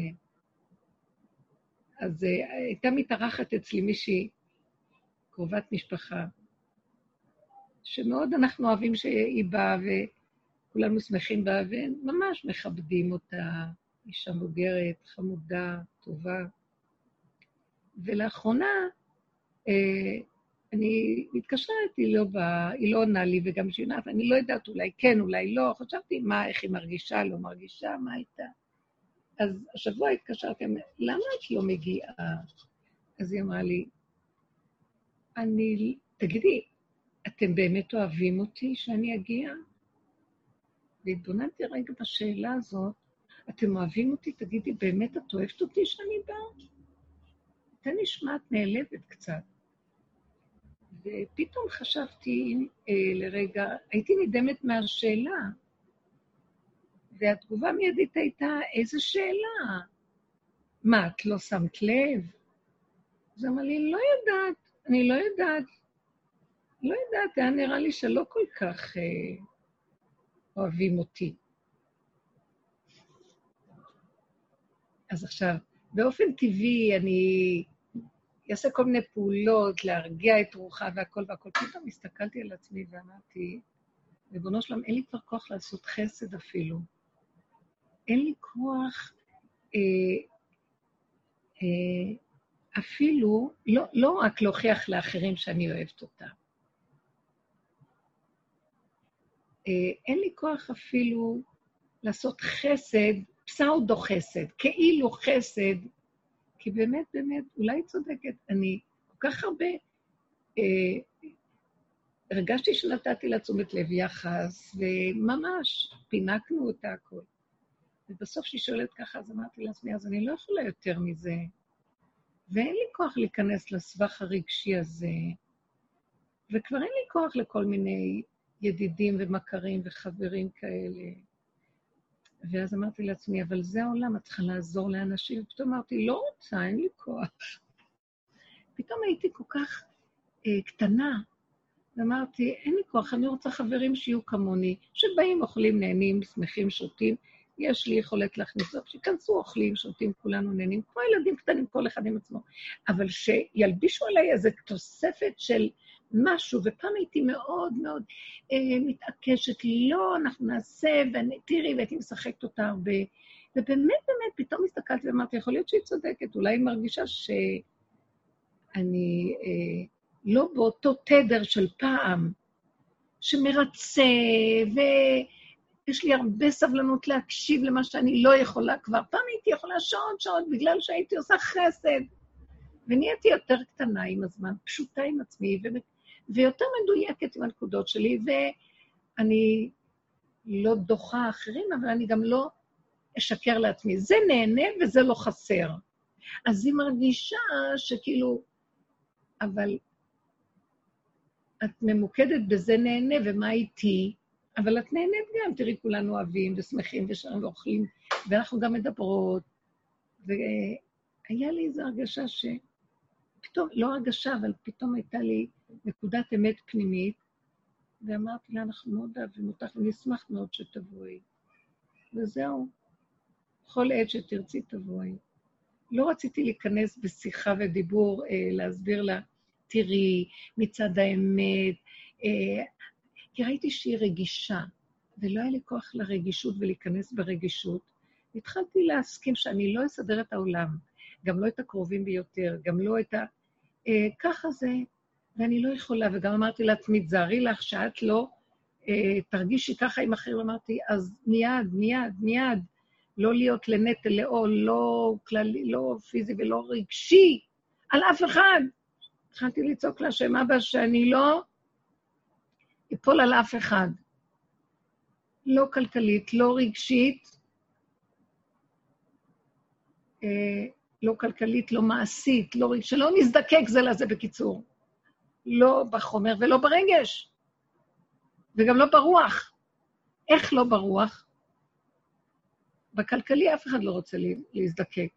אז אה, הייתה מתארחת אצלי מישהי, קרובת משפחה, שמאוד אנחנו אוהבים שהיא באה, וכולנו שמחים בה, וממש מכבדים אותה, אישה מבוגרת, חמודה, טובה. ולאחרונה, אה, אני מתקשרת, היא לא באה, היא לא עונה לי, וגם שיונת, אני לא יודעת, אולי כן, אולי לא, חשבתי מה, איך היא מרגישה, לא מרגישה, מה הייתה. אז השבוע התקשרתי, למה את לא מגיעה? אז היא אמרה לי, אני, תגידי, את אתם באמת אוהבים אותי שאני אגיע? והתבוננתי רגע בשאלה הזאת, אתם אוהבים אותי? תגידי, באמת את אוהבת אותי שאני באה? אתה נשמעת נעלבת קצת. ופתאום חשבתי אה, לרגע, הייתי נדמת מהשאלה, והתגובה מיידית הייתה, איזה שאלה? מה, את לא שמת לב? אז אמר לי, לא יודעת, אני לא יודעת. לא יודעת, היה נראה לי שלא כל כך אה, אוהבים אותי. אז עכשיו, באופן טבעי אני אעשה כל מיני פעולות, להרגיע את רוחה והכל והכל. פתאום הסתכלתי על עצמי ואמרתי, ריבונו שלום, אין לי כבר כוח לעשות חסד אפילו. אין לי כוח אה, אה, אפילו, לא, לא רק להוכיח לאחרים שאני אוהבת אותם. אה, אין לי כוח אפילו לעשות חסד, פסאודו חסד, כאילו חסד, כי באמת, באמת, אולי צודקת, אני כל כך הרבה, אה, הרגשתי שנתתי לה תשומת לב יחס, וממש פינקנו אותה הכל. ובסוף שהיא שואלת ככה, אז אמרתי לעצמי, אז אני לא יכולה יותר מזה, ואין לי כוח להיכנס לסבך הרגשי הזה, וכבר אין לי כוח לכל מיני ידידים ומכרים וחברים כאלה. ואז אמרתי לעצמי, אבל זה העולם, את צריכה לעזור לאנשים, ופתאום אמרתי, לא רוצה, אין לי כוח. פתאום הייתי כל כך אה, קטנה, ואמרתי, אין לי כוח, אני רוצה חברים שיהיו כמוני, שבאים, אוכלים, נהנים, שמחים, שותים, יש לי יכולת להכניס זאת, שיכנסו, אוכלים, שותים, כולנו נהנים, כמו ילדים קטנים, כל אחד עם עצמו, אבל שילבישו עליי איזו תוספת של משהו, ופעם הייתי מאוד מאוד אה, מתעקשת, לא, אנחנו נעשה, ותראי, והייתי משחקת אותה הרבה, ובאמת, באמת, פתאום הסתכלתי ואמרתי, יכול להיות שהיא צודקת, אולי היא מרגישה שאני אה, לא באותו תדר של פעם, שמרצה, ויש לי הרבה סבלנות להקשיב למה שאני לא יכולה כבר. פעם הייתי יכולה שעות שעות, בגלל שהייתי עושה חסד, ונהייתי יותר קטנה עם הזמן, פשוטה עם עצמי, ו... ויותר מדויקת עם הנקודות שלי, ואני לא דוחה אחרים, אבל אני גם לא אשקר לעצמי. זה נהנה וזה לא חסר. אז היא מרגישה שכאילו, אבל את ממוקדת בזה נהנה, ומה איתי? אבל את נהנית גם, תראי, כולנו אוהבים ושמחים ושרים ואוכלים, ואנחנו גם מדברות. והיה לי איזו הרגשה ש... פתאום, לא הרגשה, אבל פתאום הייתה לי נקודת אמת פנימית, ואמרתי לה, אנחנו מאוד אוהבים אותך, ונשמח מאוד שתבואי. וזהו, בכל עת שתרצי תבואי. לא רציתי להיכנס בשיחה ודיבור, אה, להסביר לה, תראי, מצד האמת, אה, כי ראיתי שהיא רגישה, ולא היה לי כוח לרגישות ולהיכנס ברגישות. התחלתי להסכים שאני לא אסדר את העולם, גם לא את הקרובים ביותר, גם לא את ה... אה, ככה זה, ואני לא יכולה, וגם אמרתי לעצמי, תזהרי לך שאת לא אה, תרגישי ככה עם אחרים, אמרתי, אז מיד, מיד, מיד, לא להיות לנטל, לעול, לא כללי, לא פיזי ולא רגשי, על אף אחד. התחלתי לצעוק להשם אבא שאני לא אפול על אף אחד. לא כלכלית, לא רגשית, אה, לא כלכלית, לא מעשית, לא רגשית, שלא נזדקק זה לזה בקיצור. לא בחומר ולא ברגש, וגם לא ברוח. איך לא ברוח? בכלכלי אף אחד לא רוצה להזדקק.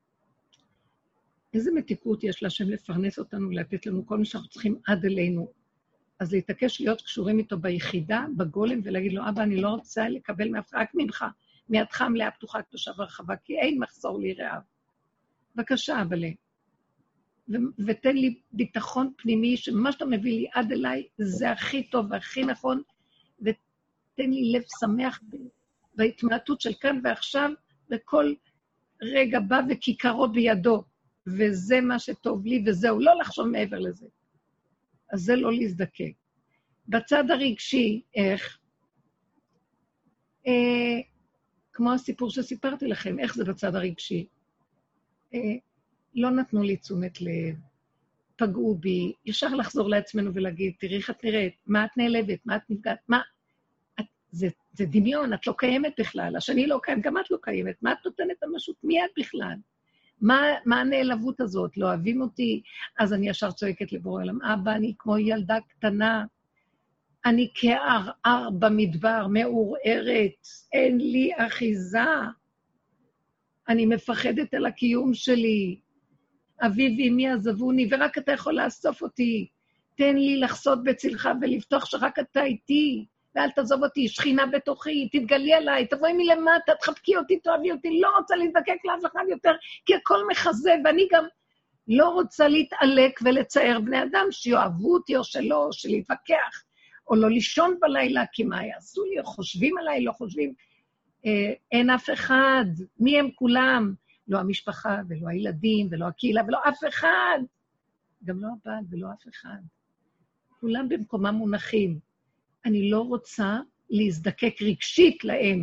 איזה מתיקות יש להשם לפרנס אותנו, לתת לנו כל מה שאנחנו צריכים עד אלינו. אז להתעקש להיות קשורים איתו ביחידה, בגולם, ולהגיד לו, אבא, אני לא רוצה לקבל מאף רק ממך, מידך מלאה פתוחה, קדושה ורחבה, כי אין מחסור לי רעב. בבקשה, אבא לי. ו- ותן לי ביטחון פנימי, שמה שאתה מביא לי עד אליי, זה הכי טוב והכי נכון, ותן לי לב שמח בהתמעטות של כאן ועכשיו, וכל רגע בא וכיכרו בידו, וזה מה שטוב לי, וזהו, לא לחשוב מעבר לזה. אז זה לא להזדקק. בצד הרגשי, איך? אה, כמו הסיפור שסיפרתי לכם, איך זה בצד הרגשי? אה, לא נתנו לי תשומת לב. פגעו בי, ישר לחזור לעצמנו ולהגיד, תראי איך את נראית, מה את נעלבת, מה את נפגעת, מה... את, זה, זה דמיון, את לא קיימת בכלל, השני לא קיימת, גם את לא קיימת, מה את נותנת המשהו, מי את בכלל? מה, מה הנעלבות הזאת? לא אוהבים אותי? אז אני ישר צועקת לבורא עולם, אבא, אני כמו ילדה קטנה, אני כערער במדבר, מעורערת, אין לי אחיזה, אני מפחדת על הקיום שלי, אבי ואמי עזבוני, ורק אתה יכול לאסוף אותי, תן לי לחסות בצלך ולבטוח שרק אתה איתי, ואל תעזוב אותי, שכינה בתוכי, תתגלי עליי, תבואי מלמטה, תחבקי אותי, תאהבי אותי, לא רוצה להזדקק לאף אחד יותר, כי הכל מחזה, ואני גם לא רוצה להתעלק ולצייר בני אדם שיאהבו אותי או שלא, או שלהתווכח, או לא לישון בלילה, כי מה יעשו לי, או חושבים עליי, לא חושבים, אה, אין אף אחד, מי הם כולם? לא המשפחה, ולא הילדים, ולא הקהילה, ולא אף אחד. גם לא הבעל, ולא אף אחד. כולם במקומם מונחים. אני לא רוצה להזדקק רגשית להם,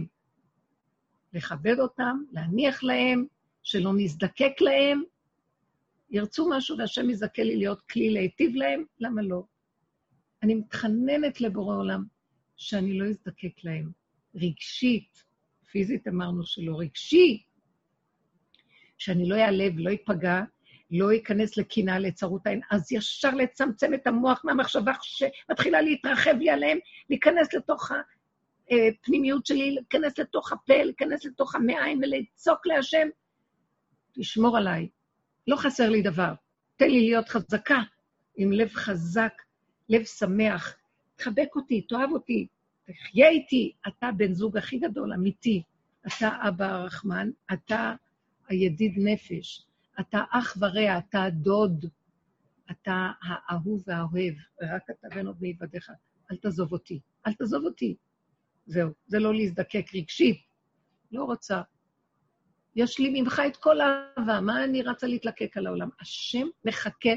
לכבד אותם, להניח להם, שלא נזדקק להם, ירצו משהו והשם יזכה לי להיות כלי להיטיב להם, למה לא? אני מתחננת לבורא עולם שאני לא אזדקק להם. רגשית, פיזית אמרנו שלא, רגשי, שאני לא יעלב, לא ייפגע, לא ייכנס לקינה, לצרות העין, אז ישר לצמצם את המוח מהמחשבה שמתחילה להתרחב לי עליהם, להיכנס לתוך הפנימיות שלי, להיכנס לתוך הפה, להיכנס לתוך המעיים ולצוק להשם, תשמור עליי, לא חסר לי דבר, תן לי להיות חזקה, עם לב חזק, לב שמח, תחבק אותי, תאהב אותי, תחיה איתי, אתה בן זוג הכי גדול, אמיתי, אתה אבא הרחמן, אתה הידיד נפש, אתה אח ורע, אתה דוד, אתה האהוב והאוהב, ורק אתה בן עוד מעבדיך, אל תעזוב אותי, אל תעזוב אותי. זהו, זה לא להזדקק רגשית, לא רוצה. יש לי ממך את כל האהבה, מה אני רצה להתלקק על העולם? השם מחכה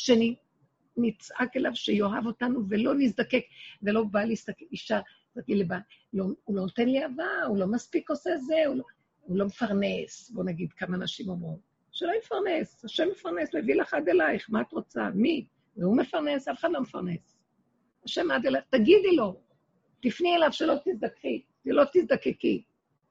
שנצעק אליו, שיואהב אותנו ולא נזדקק, ולא בא להסתכל, אישה, תגיד לבא, לא, הוא לא נותן לי אהבה, הוא לא מספיק עושה זה, הוא לא, הוא לא מפרנס, בוא נגיד כמה אנשים אומרים, שלא יפרנס, השם מפרנס, מביא לך עד אלייך, מה את רוצה? מי? והוא מפרנס, אף אחד לא מפרנס. השם עד אלייך, תגידי לו, תפני אליו שלא תזדקקי, לא תזדקקי.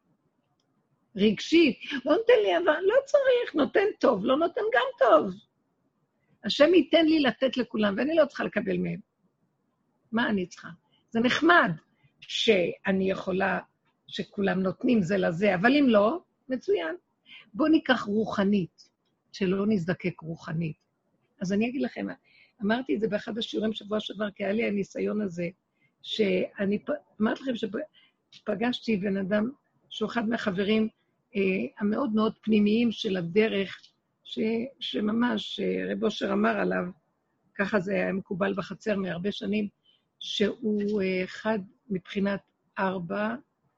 רגשית, לא נותן לי אהבה, לא צריך, נותן טוב, לא נותן גם טוב. השם ייתן לי לתת לכולם, ואני לא צריכה לקבל מהם. מה אני צריכה? זה נחמד שאני יכולה, שכולם נותנים זה לזה, אבל אם לא, מצוין. בואו ניקח רוחנית, שלא נזדקק רוחנית. אז אני אגיד לכם, אמרתי את זה באחד השיעורים שבוע שעבר, כי היה לי הניסיון הזה, שאני אמרתי לכם שפגשתי בן אדם, שהוא אחד מהחברים אה, המאוד מאוד פנימיים של הדרך, ש, שממש רב אושר אמר עליו, ככה זה היה מקובל בחצר מהרבה שנים, שהוא אה, אחד מבחינת ארבע,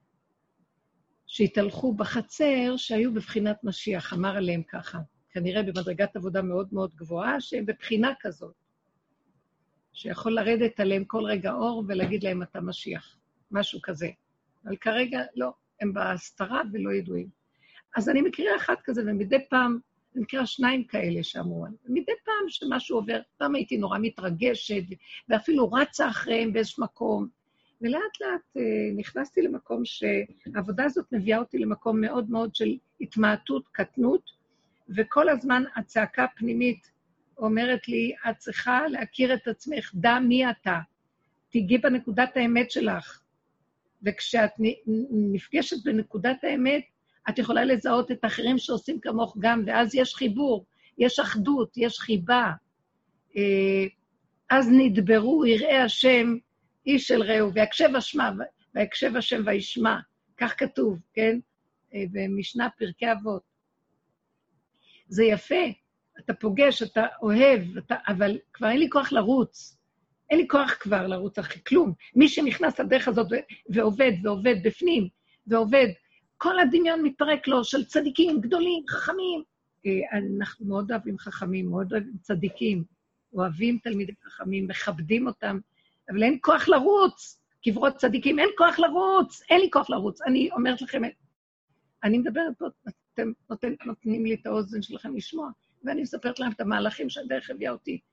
שהתהלכו בחצר שהיו בבחינת משיח, אמר עליהם ככה, כנראה במדרגת עבודה מאוד מאוד גבוהה, שהם בבחינה כזאת, שיכול לרדת עליהם כל רגע אור ולהגיד להם אתה משיח, משהו כזה. אבל כרגע לא, הם בהסתרה ולא ידועים. אז אני מכירה אחד כזה, ומדי פעם, אני מכירה שניים כאלה שאמרו, ומדי פעם שמשהו עובר, פעם הייתי נורא מתרגשת, ואפילו רצה אחריהם באיזשהו מקום, ולאט לאט אה, נכנסתי למקום שהעבודה הזאת מביאה אותי למקום מאוד מאוד של התמעטות, קטנות, וכל הזמן הצעקה הפנימית אומרת לי, את צריכה להכיר את עצמך, דע מי אתה, תיגעי בנקודת האמת שלך, וכשאת נפגשת בנקודת האמת, את יכולה לזהות את האחרים שעושים כמוך גם, ואז יש חיבור, יש אחדות, יש חיבה. אז נדברו, יראה השם, איש של רעהו, ויקשב השמע, ויקשב השם וישמע. כך כתוב, כן? במשנה פרקי אבות. זה יפה, אתה פוגש, אתה אוהב, אתה, אבל כבר אין לי כוח לרוץ. אין לי כוח כבר לרוץ אחרי כלום. מי שנכנס לדרך הזאת ועובד ועובד בפנים, ועובד, כל הדמיון מתפרק לו של צדיקים גדולים, חכמים. אנחנו מאוד אוהבים חכמים, מאוד אוהבים צדיקים, אוהבים תלמידים חכמים, מכבדים אותם, אבל אין כוח לרוץ. קברות צדיקים, אין כוח לרוץ, אין לי כוח לרוץ. אני אומרת לכם, אני מדברת פה, אתם נותנים לי את האוזן שלכם לשמוע, ואני מספרת להם את המהלכים שהדרך הביאה אותי.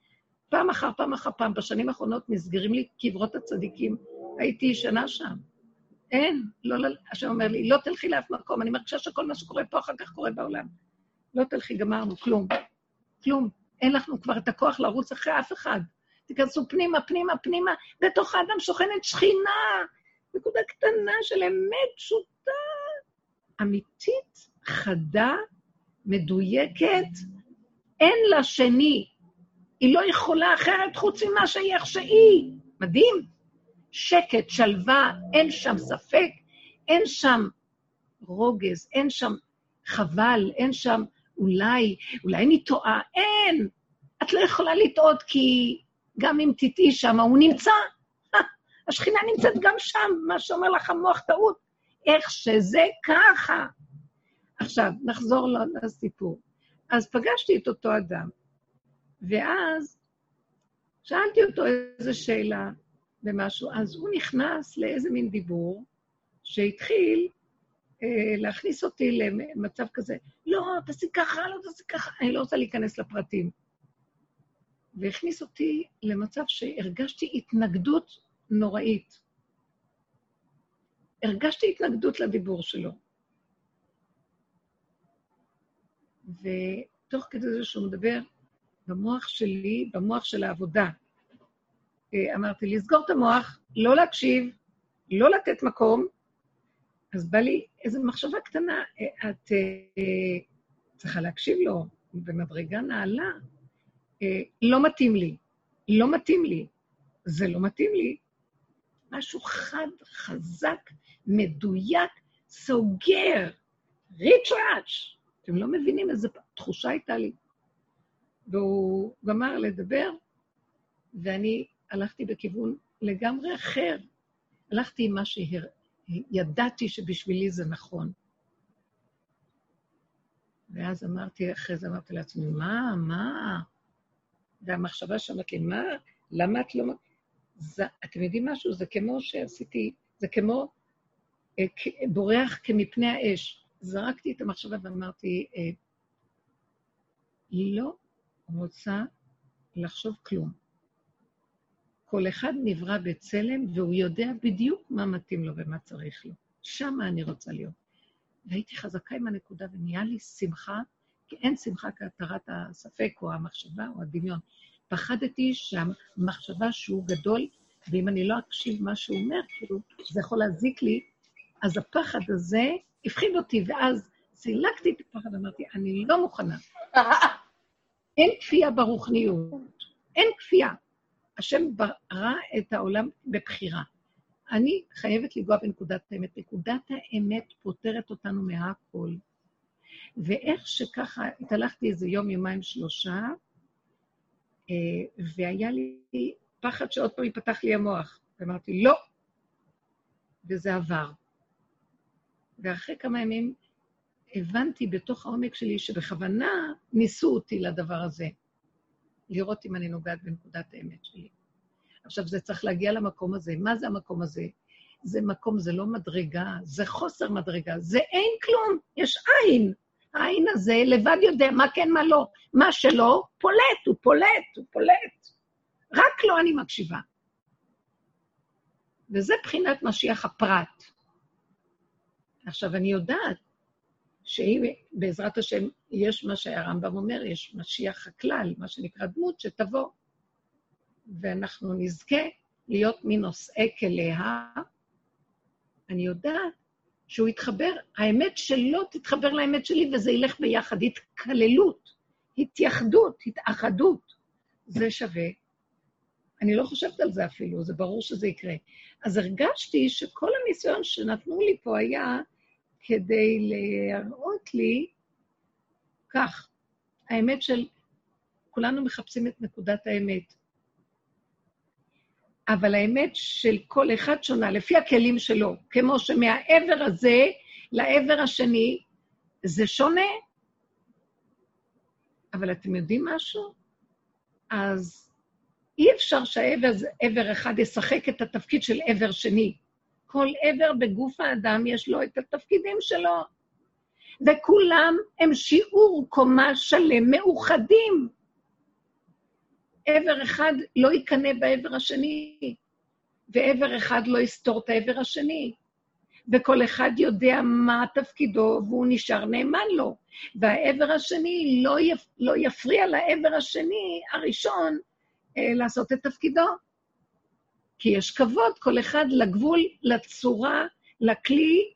פעם אחר פעם אחר פעם, בשנים האחרונות נסגרים לי קברות הצדיקים, הייתי שנה שם. אין, לא, לא, השם אומר לי, לא תלכי לאף מקום, אני מרגישה שכל מה שקורה פה אחר כך קורה בעולם. לא תלכי, גמרנו, כלום. כלום. אין לנו כבר את הכוח לרוץ אחרי אף אחד. תיכנסו פנימה, פנימה, פנימה, בתוך האדם שוכנת שכינה, נקודה קטנה של אמת פשוטה, אמיתית, חדה, מדויקת, אין לה שני. היא לא יכולה אחרת חוץ ממה שהיא איך שהיא. מדהים. שקט, שלווה, אין שם ספק, אין שם רוגז, אין שם חבל, אין שם אולי, אולי אני טועה, אין. את לא יכולה לטעות כי גם אם תטעי שם, הוא נמצא. השכינה נמצאת גם שם, מה שאומר לך המוח טעות. איך שזה ככה. עכשיו, נחזור לסיפור. אז פגשתי את אותו אדם, ואז שאלתי אותו איזו שאלה במשהו, אז הוא נכנס לאיזה מין דיבור, שהתחיל אה, להכניס אותי למצב כזה, לא, תעשי ככה, לא תעשי ככה, אני לא רוצה להיכנס לפרטים. והכניס אותי למצב שהרגשתי התנגדות נוראית. הרגשתי התנגדות לדיבור שלו. ותוך כדי זה שהוא מדבר במוח שלי, במוח של העבודה, אמרתי, לסגור את המוח, לא להקשיב, לא לתת מקום, אז בא לי איזו מחשבה קטנה, את צריכה להקשיב לו במדרגה נעלה, לא מתאים לי, לא מתאים לי, זה לא מתאים לי, משהו חד, חזק, מדויק, סוגר, ריץ'-ראץ', אתם לא מבינים איזו תחושה הייתה לי. והוא גמר לדבר, ואני הלכתי בכיוון לגמרי אחר. הלכתי עם מה שידעתי שבשבילי זה נכון. ואז אמרתי, אחרי זה אמרתי לעצמי, מה, מה? והמחשבה שאמרת לי, מה? למה את לא... זה, אתם יודעים משהו? זה כמו שעשיתי, זה כמו אה, בורח כמפני האש. זרקתי את המחשבה ואמרתי, אה, לא רוצה לחשוב כלום. כל אחד נברא בצלם, והוא יודע בדיוק מה מתאים לו ומה צריך לו. שם אני רוצה להיות. והייתי חזקה עם הנקודה, ונהיה לי שמחה, כי אין שמחה כהתרת הספק, או המחשבה, או הדמיון. פחדתי שהמחשבה שהוא גדול, ואם אני לא אקשיב מה שהוא אומר, כאילו, זה יכול להזיק לי, אז הפחד הזה הפחיד אותי, ואז סילקתי את הפחד, אמרתי, אני לא מוכנה. אין כפייה ברוחניות, אין כפייה. השם ברא את העולם בבחירה. אני חייבת לגוע בנקודת האמת. נקודת האמת פותרת אותנו מהכל. ואיך שככה, התהלכתי איזה יום, יומיים, שלושה, והיה לי פחד שעוד פעם יפתח לי המוח. ואמרתי, לא. וזה עבר. ואחרי כמה ימים הבנתי בתוך העומק שלי שבכוונה ניסו אותי לדבר הזה. לראות אם אני נוגעת בנקודת האמת שלי. עכשיו, זה צריך להגיע למקום הזה. מה זה המקום הזה? זה מקום, זה לא מדרגה, זה חוסר מדרגה, זה אין כלום, יש עין. העין הזה לבד יודע מה כן, מה לא. מה שלא, פולט, הוא פולט, הוא פולט. רק לא אני מקשיבה. וזה בחינת משיח הפרט. עכשיו, אני יודעת שאם בעזרת השם יש מה שהרמב"ם אומר, יש משיח הכלל, מה שנקרא דמות שתבוא, ואנחנו נזכה להיות מנושאי כליה, אני יודעת שהוא יתחבר, האמת שלו תתחבר לאמת שלי, וזה ילך ביחד, התקללות, התייחדות, התאחדות, זה שווה. אני לא חושבת על זה אפילו, זה ברור שזה יקרה. אז הרגשתי שכל הניסיון שנתנו לי פה היה, כדי להראות לי כך, האמת של, כולנו מחפשים את נקודת האמת, אבל האמת של כל אחד שונה, לפי הכלים שלו, כמו שמהעבר הזה לעבר השני, זה שונה. אבל אתם יודעים משהו? אז אי אפשר שהעבר אחד ישחק את התפקיד של עבר שני. כל עבר בגוף האדם יש לו את התפקידים שלו. וכולם הם שיעור קומה שלם מאוחדים. עבר אחד לא יקנה בעבר השני, ועבר אחד לא יסתור את העבר השני. וכל אחד יודע מה תפקידו, והוא נשאר נאמן לו. והעבר השני לא, יפ... לא יפריע לעבר השני, הראשון, אה, לעשות את תפקידו. כי יש כבוד, כל אחד לגבול, לצורה, לכלי,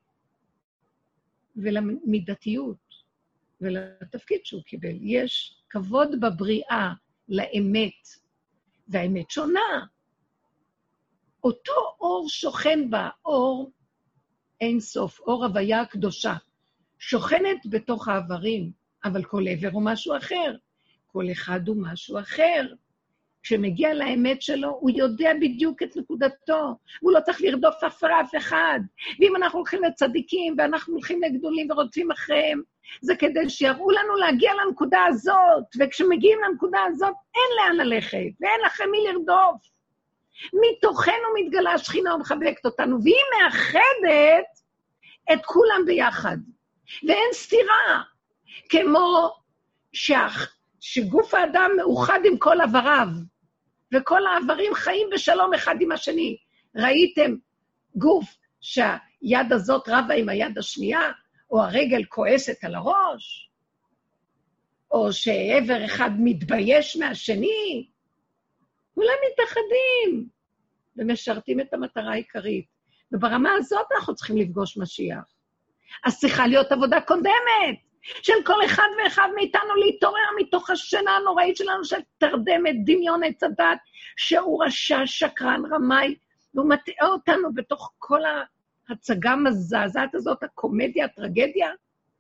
ולמידתיות, ולתפקיד שהוא קיבל. יש כבוד בבריאה לאמת, והאמת שונה. אותו אור שוכן בה, אור אין סוף, אור הוויה הקדושה, שוכנת בתוך העברים, אבל כל עבר הוא משהו אחר, כל אחד הוא משהו אחר. כשמגיע לאמת שלו, הוא יודע בדיוק את נקודתו, הוא לא צריך לרדוף אף אף אחד, ואם אנחנו הולכים לצדיקים, ואנחנו הולכים לגדולים ורודפים אחריהם, זה כדי שיראו לנו להגיע לנקודה הזאת, וכשמגיעים לנקודה הזאת, אין לאן ללכת, ואין לכם מי לרדוף. מתוכנו מתגלה השכינה ומחבקת אותנו, והיא מאחדת את כולם ביחד. ואין סתירה, כמו שח, שגוף האדם מאוחד עם כל עבריו, וכל העברים חיים בשלום אחד עם השני. ראיתם גוף שהיד הזאת רבה עם היד השנייה, או הרגל כועסת על הראש, או שעבר אחד מתבייש מהשני, כולם מתאחדים, ומשרתים את המטרה העיקרית. וברמה הזאת אנחנו צריכים לפגוש משיח. אז צריכה להיות עבודה קודמת, של כל אחד ואחד מאיתנו להתעורר מתוך השינה הנוראית שלנו, של תרדמת, דמיון עץ הדת, שהוא רשע, שקרן, רמאי, והוא מטעה אותנו בתוך כל ההצגה המזעזעת הזאת, הקומדיה, הטרגדיה,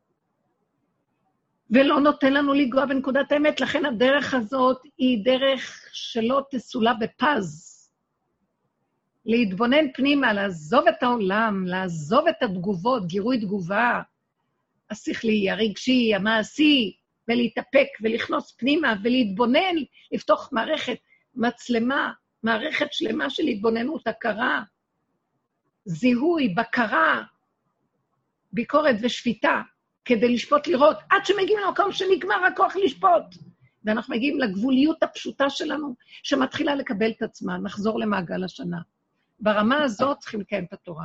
ולא נותן לנו לגוע בנקודת האמת. לכן הדרך הזאת היא דרך שלא תסולה בפז. להתבונן פנימה, לעזוב את העולם, לעזוב את התגובות, גירוי תגובה, השכלי, הרגשי, המעשי, ולהתאפק ולכנוס פנימה ולהתבונן, לפתוח מערכת מצלמה, מערכת שלמה של התבוננות, הכרה, זיהוי, בקרה, ביקורת ושפיטה, כדי לשפוט לראות, עד שמגיעים למקום שנגמר הכוח לשפוט. ואנחנו מגיעים לגבוליות הפשוטה שלנו, שמתחילה לקבל את עצמה, נחזור למעגל השנה. ברמה הזאת צריכים לקיים את התורה.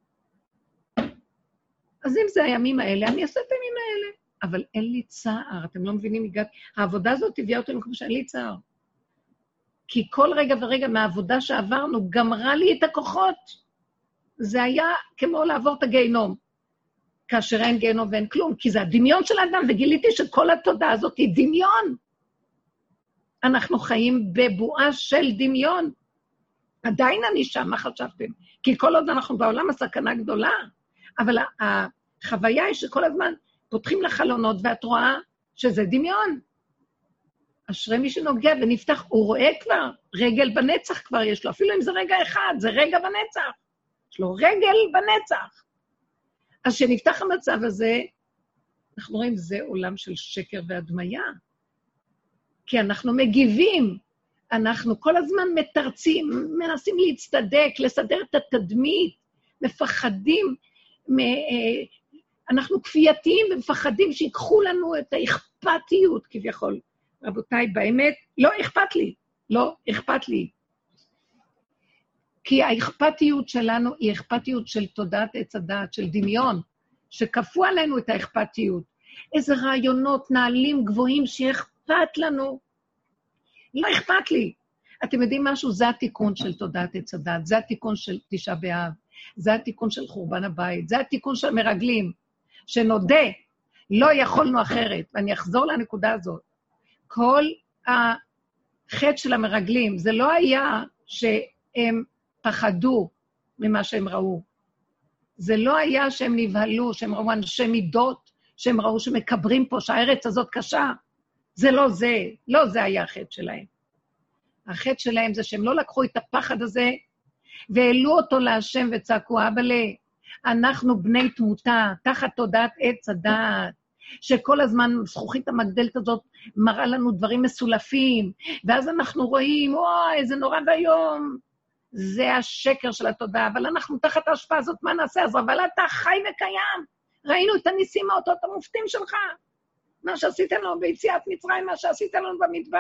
אז אם זה הימים האלה, אני אעשה את הימים האלה. אבל אין לי צער, אתם לא מבינים, הגעת... העבודה הזאת הביאה אותנו כמו שאין לי צער. כי כל רגע ורגע מהעבודה שעברנו, גמרה לי את הכוחות. זה היה כמו לעבור את הגיהנום. כאשר אין גיהנום ואין כלום, כי זה הדמיון של האדם, וגיליתי שכל התודעה הזאת היא דמיון. אנחנו חיים בבועה של דמיון. עדיין אני שם, מה חשבתם? כי כל עוד אנחנו בעולם הסכנה גדולה, אבל החוויה היא שכל הזמן פותחים לחלונות, ואת רואה שזה דמיון. אשרי מי שנוגע ונפתח, הוא רואה כבר, רגל בנצח כבר יש לו, אפילו אם זה רגע אחד, זה רגע בנצח. יש לו רגל בנצח. אז שנפתח המצב הזה, אנחנו רואים, זה עולם של שקר והדמיה. כי אנחנו מגיבים, אנחנו כל הזמן מתרצים, מנסים להצטדק, לסדר את התדמית, מפחדים, אנחנו כפייתיים ומפחדים שיקחו לנו את האכפתיות, כביכול. רבותיי, באמת, לא אכפת לי, לא אכפת לי. כי האכפתיות שלנו היא אכפתיות של תודעת עץ הדעת, של דמיון, שכפו עלינו את האכפתיות. איזה רעיונות, נעלים גבוהים שאכפת לנו. לא אכפת לי. אתם יודעים משהו? זה התיקון של תודעת עץ הדעת, זה התיקון של תשעה באב, זה התיקון של חורבן הבית, זה התיקון של מרגלים, שנודה, לא יכולנו אחרת. ואני אחזור לנקודה הזאת. כל החטא של המרגלים, זה לא היה שהם פחדו ממה שהם ראו. זה לא היה שהם נבהלו, שהם ראו אנשי מידות, שהם ראו שמקברים פה, שהארץ הזאת קשה. זה לא זה, לא זה היה החטא שלהם. החטא שלהם זה שהם לא לקחו את הפחד הזה, והעלו אותו להשם וצעקו, אבאלה, אנחנו בני תמותה, תחת תודעת עץ הדעת, שכל הזמן זכוכית המגדלת הזאת מראה לנו דברים מסולפים, ואז אנחנו רואים, וואי, איזה נורא והיום. זה השקר של התודעה, אבל אנחנו תחת ההשפעה הזאת, מה נעשה? אז אבל אתה חי וקיים. ראינו את הניסים האותות המופתים שלך. מה שעשית לנו ביציאת מצרים, מה שעשית לנו במדבר.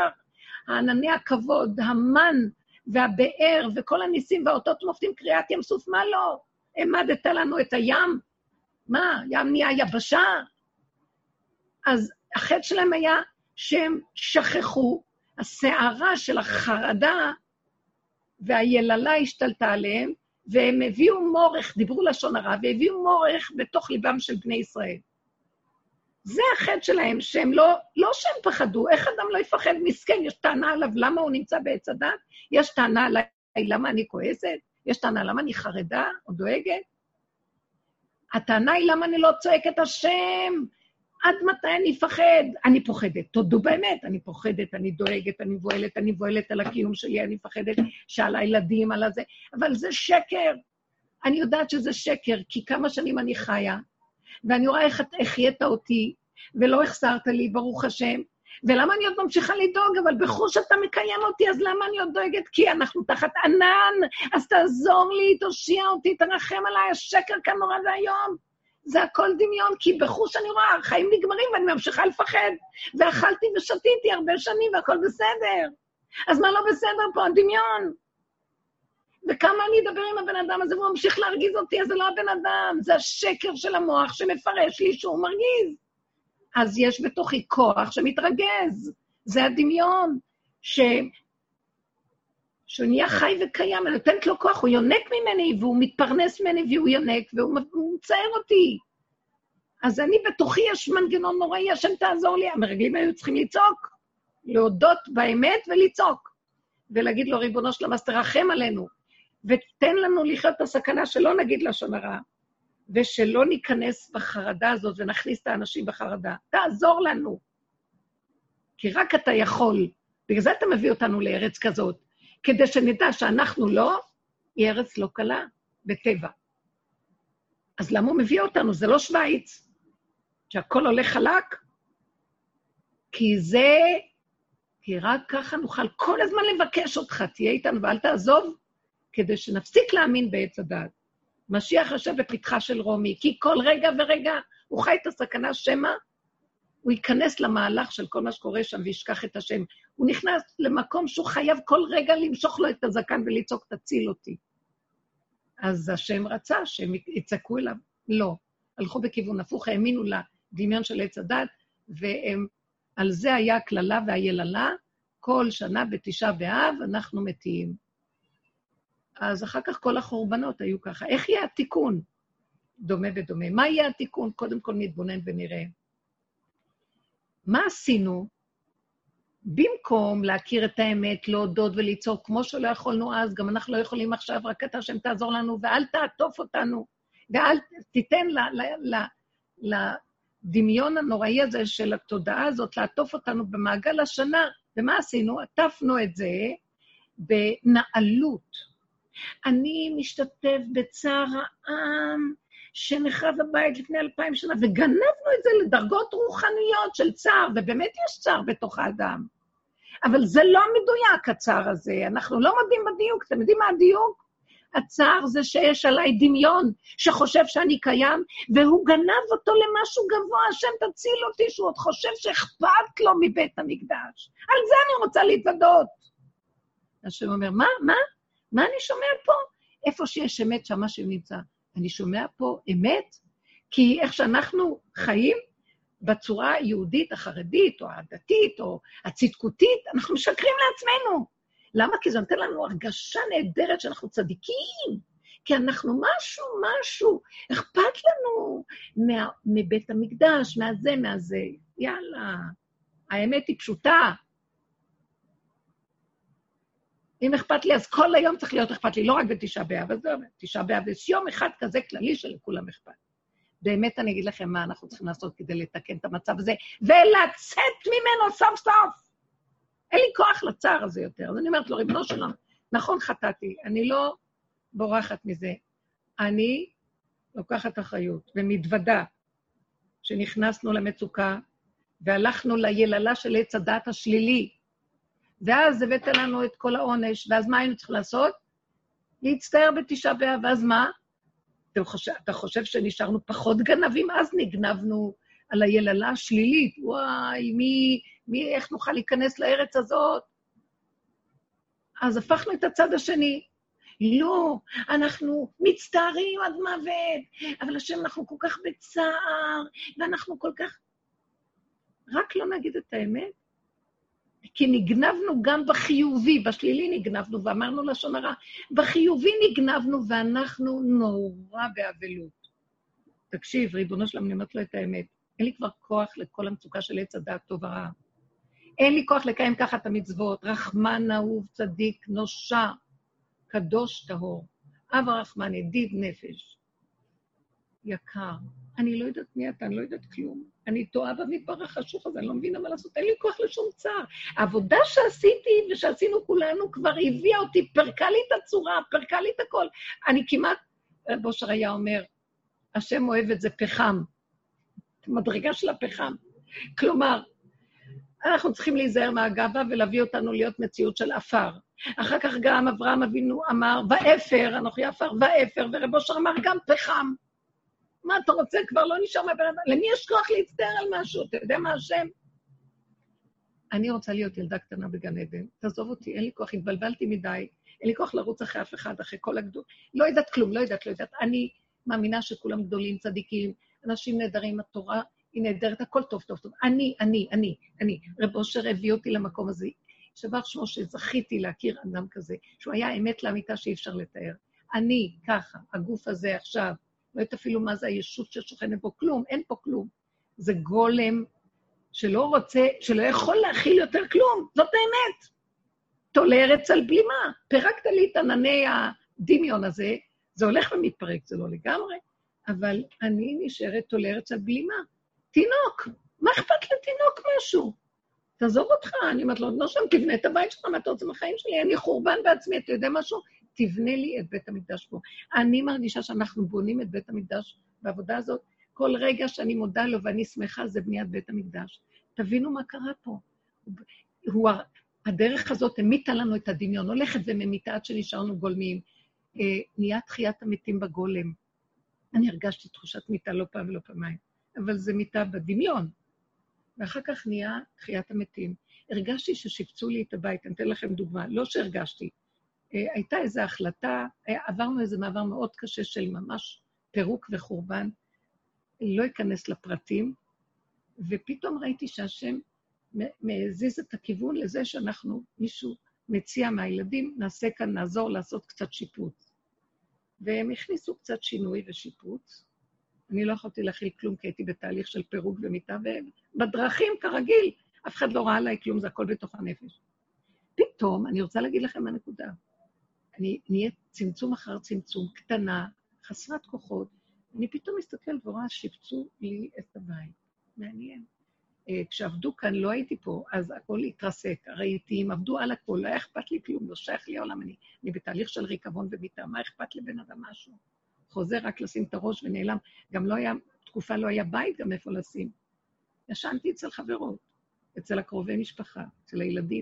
הענני הכבוד, המן והבאר וכל הניסים והאותות מופתים קריאת ים סוף, מה לא? העמדת לנו את הים? מה? ים נהיה יבשה? אז החטא שלהם היה שהם שכחו, השערה של החרדה והיללה השתלטה עליהם, והם הביאו מורך, דיברו לשון הרע, והביאו מורך בתוך ליבם של בני ישראל. זה החטא שלהם, שהם לא, לא שהם פחדו, איך אדם לא יפחד מסכן, יש טענה עליו, למה הוא נמצא בעץ הדת? יש טענה עליי, למה אני כועסת? יש טענה, למה אני חרדה או דואגת? הטענה היא, למה אני לא צועקת השם? עד מתי אני אפחד? אני פוחדת, תודו באמת, אני פוחדת, אני דואגת, אני בועלת, אני בועלת על הקיום שלי, אני מפחדת שעל הילדים, על הזה, אבל זה שקר. אני יודעת שזה שקר, כי כמה שנים אני חיה, ואני רואה איך החיית אותי, ולא החסרת לי, ברוך השם, ולמה אני עוד ממשיכה לדאוג, אבל בחוש אתה מקיים אותי, אז למה אני עוד דואגת? כי אנחנו תחת ענן, אז תעזור לי, תושיע אותי, תרחם עליי, השקר כאן נורא והיום. זה הכל דמיון, כי בחוש אני רואה, החיים נגמרים ואני ממשיכה לפחד, ואכלתי ושתיתי הרבה שנים והכל בסדר. אז מה לא בסדר פה? הדמיון. וכמה אני אדבר עם הבן אדם הזה, והוא ממשיך להרגיז אותי, אז זה לא הבן אדם, זה השקר של המוח שמפרש לי שהוא מרגיז. אז יש בתוכי כוח שמתרגז, זה הדמיון, ש... שהוא נהיה חי וקיים, אני נותנת לו כוח, הוא יונק ממני, והוא מתפרנס ממני, והוא יונק, והוא מצייר אותי. אז אני בתוכי יש מנגנון נוראי, השם תעזור לי, המרגלים היו צריכים לצעוק, להודות באמת ולצעוק, ולהגיד לו, ריבונו שלמה, אז תרחם עלינו, ותן לנו לחיות את הסכנה שלא נגיד לשון הרע, ושלא ניכנס בחרדה הזאת, ונכניס את האנשים בחרדה. תעזור לנו. כי רק אתה יכול, בגלל זה אתה מביא אותנו לארץ כזאת, כדי שנדע שאנחנו לא, היא ארץ לא קלה, בטבע. אז למה הוא מביא אותנו? זה לא שוויץ, שהכל הולך חלק, כי זה, כי רק ככה נוכל כל הזמן לבקש אותך, תהיה איתנו ואל תעזוב, כדי שנפסיק להאמין בעץ הדעת. משיח יושב בפתחה של רומי, כי כל רגע ורגע הוא חי את הסכנה שמה, הוא ייכנס למהלך של כל מה שקורה שם וישכח את השם. הוא נכנס למקום שהוא חייב כל רגע למשוך לו את הזקן ולצעוק, תציל אותי. אז השם רצה שהם יצעקו אליו. לא. הלכו בכיוון הפוך, האמינו לדמיון של עץ הדת, ועל זה היה הכללה והיללה, כל שנה בתשעה באב אנחנו מתים. אז אחר כך כל החורבנות היו ככה. איך יהיה התיקון? דומה ודומה. מה יהיה התיקון? קודם כל נתבונן ונראה. מה עשינו? במקום להכיר את האמת, להודות וליצור, כמו שלא יכולנו אז, גם אנחנו לא יכולים עכשיו, רק אתה השם תעזור לנו, ואל תעטוף אותנו, ואל תיתן ל, ל, ל, לדמיון הנוראי הזה של התודעה הזאת, לעטוף אותנו במעגל השנה. ומה עשינו? עטפנו את זה בנעלות. אני משתתף בצער העם, שנחרב הבית לפני אלפיים שנה, וגנבנו את זה לדרגות רוחניות של צער, ובאמת יש צער בתוך האדם. אבל זה לא מדויק, הצער הזה. אנחנו לא מודים בדיוק. אתם יודעים מה הדיוק? הצער זה שיש עליי דמיון שחושב שאני קיים, והוא גנב אותו למשהו גבוה, השם תציל אותי, שהוא עוד חושב שאכפת לו מבית המקדש. על זה אני רוצה להתוודות. השם אומר, מה? מה? מה אני שומע פה? איפה שיש אמת, שם משהו נמצא. אני שומע פה אמת, כי איך שאנחנו חיים בצורה היהודית, החרדית, או הדתית, או הצדקותית, אנחנו משקרים לעצמנו. למה? כי זה נותן לנו הרגשה נהדרת שאנחנו צדיקים, כי אנחנו משהו, משהו, אכפת לנו מה, מבית המקדש, מהזה, מהזה. יאללה, האמת היא פשוטה. אם אכפת לי, אז כל היום צריך להיות אכפת לי, לא רק בתשעה באב, אז זה תשעה באב, יש יום אחד כזה כללי שלכולם אכפת. באמת אני אגיד לכם מה אנחנו צריכים לעשות כדי לתקן את המצב הזה, ולצאת ממנו סוף סוף. אין לי כוח לצער הזה יותר. אז אני אומרת לו, ריבונו שלנו, נכון חטאתי, אני לא בורחת מזה. אני לוקחת אחריות ומתוודה שנכנסנו למצוקה, והלכנו ליללה של עץ הדעת השלילי, ואז הבאת לנו את כל העונש, ואז מה היינו צריכים לעשות? להצטער בתשעה באב, ואז מה? אתה חושב, אתה חושב שנשארנו פחות גנבים? אז נגנבנו על היללה השלילית. וואי, מי, מי, איך נוכל להיכנס לארץ הזאת? אז הפכנו את הצד השני. לא, אנחנו מצטערים עד מוות, אבל השם אנחנו כל כך בצער, ואנחנו כל כך... רק לא נגיד את האמת, כי נגנבנו גם בחיובי, בשלילי נגנבנו, ואמרנו לשון הרע, בחיובי נגנבנו, ואנחנו נורא באבלות. תקשיב, ריבונו שלם, אני אומרת לו את האמת, אין לי כבר כוח לכל המצוקה של עץ הדעת טוב ורע. אין לי כוח לקיים ככה את המצוות, רחמן אהוב צדיק נושע, קדוש טהור, אב הרחמן, ידיד נפש, יקר. אני לא יודעת מי אתה, אני לא יודעת כלום. אני טועה במדבר החשוך הזה, אני לא מבינה מה לעשות, אין לי כוח לשום צער. העבודה שעשיתי ושעשינו כולנו כבר הביאה אותי, פרקה לי את הצורה, פרקה לי את הכל. אני כמעט, רב אושר היה אומר, השם אוהב את זה פחם, מדרגה של הפחם. כלומר, אנחנו צריכים להיזהר מהגאווה ולהביא אותנו להיות מציאות של אפר. אחר כך גם אברהם אבינו אמר, ואפר, אנוכי אפר, ואפר, ורב אושר אמר גם פחם. מה אתה רוצה? כבר לא נשאר מהבן אדם. למי יש כוח להצטער על משהו? אתה יודע מה השם? אני רוצה להיות ילדה קטנה בגן עדן. תעזוב אותי, אין לי כוח, התבלבלתי מדי. אין לי כוח לרוץ אחרי אף אחד, אחרי כל הגדול. לא יודעת כלום, לא יודעת, לא יודעת. אני מאמינה שכולם גדולים, צדיקים, אנשים נהדרים, התורה היא נהדרת, הכל טוב, טוב, טוב. אני, אני, אני, אני. רב אושר הביא אותי למקום הזה. שבר שמו שזכיתי להכיר אדם כזה, שהוא היה אמת לאמיתה שאי אפשר לתאר. אני, ככה, הגוף הזה עכשיו, לא יודעת אפילו מה זה הישות ששוכנת בו, כלום, אין פה כלום. זה גולם שלא רוצה, שלא יכול להכיל יותר כלום, זאת האמת. תולה ארץ על בלימה. פרקת לי את ענני הדמיון הזה, זה הולך ומתפרק, זה לא לגמרי, אבל אני נשארת תולה ארץ על בלימה. תינוק, מה אכפת לתינוק משהו? תעזוב אותך, אני אומרת לו, לא שם, תבנה את הבית שלך, מה אתה רוצה מהחיים שלי? אני חורבן בעצמי, אתה יודע משהו? תבנה לי את בית המקדש פה. אני מרגישה שאנחנו בונים את בית המקדש בעבודה הזאת, כל רגע שאני מודה לו ואני שמחה, זה בניית בית המקדש. תבינו מה קרה פה. הוא, הדרך הזאת המיתה לנו את הדמיון, הולכת וממיתה עד שנשארנו גולמיים. אה, נהיה תחיית המתים בגולם. אני הרגשתי תחושת מיתה לא פעם ולא פעמיים, אבל זה מיתה בדמיון. ואחר כך נהיה תחיית המתים. הרגשתי ששיפצו לי את הבית, אני אתן לכם דוגמה, לא שהרגשתי. הייתה איזו החלטה, עברנו איזה מעבר מאוד קשה של ממש פירוק וחורבן, לא אכנס לפרטים, ופתאום ראיתי שהשם מזיז את הכיוון לזה שאנחנו, מישהו מציע מהילדים, נעשה כאן, נעזור לעשות קצת שיפוץ. והם הכניסו קצת שינוי ושיפוץ, אני לא יכולתי להכיל כלום, כי הייתי בתהליך של פירוק ומיטה, ובדרכים כרגיל, אף אחד לא ראה עליי כלום, זה הכל בתוך הנפש. פתאום, אני רוצה להגיד לכם הנקודה, אני נהיה צמצום אחר צמצום, קטנה, חסרת כוחות, אני פתאום מסתכל ורואה, שיפצו לי את הבית. מעניין. כשעבדו כאן, לא הייתי פה, אז הכל התרסק, הרהיטים, עבדו על הכל, לא היה אכפת לי כלום, לא שייך לי העולם, אני, אני בתהליך של ריקבון ומיטה, מה אכפת לבן אדם משהו? חוזר רק לשים את הראש ונעלם, גם לא היה, תקופה לא היה בית גם איפה לשים. ישנתי אצל חברות, אצל הקרובי משפחה, אצל הילדים.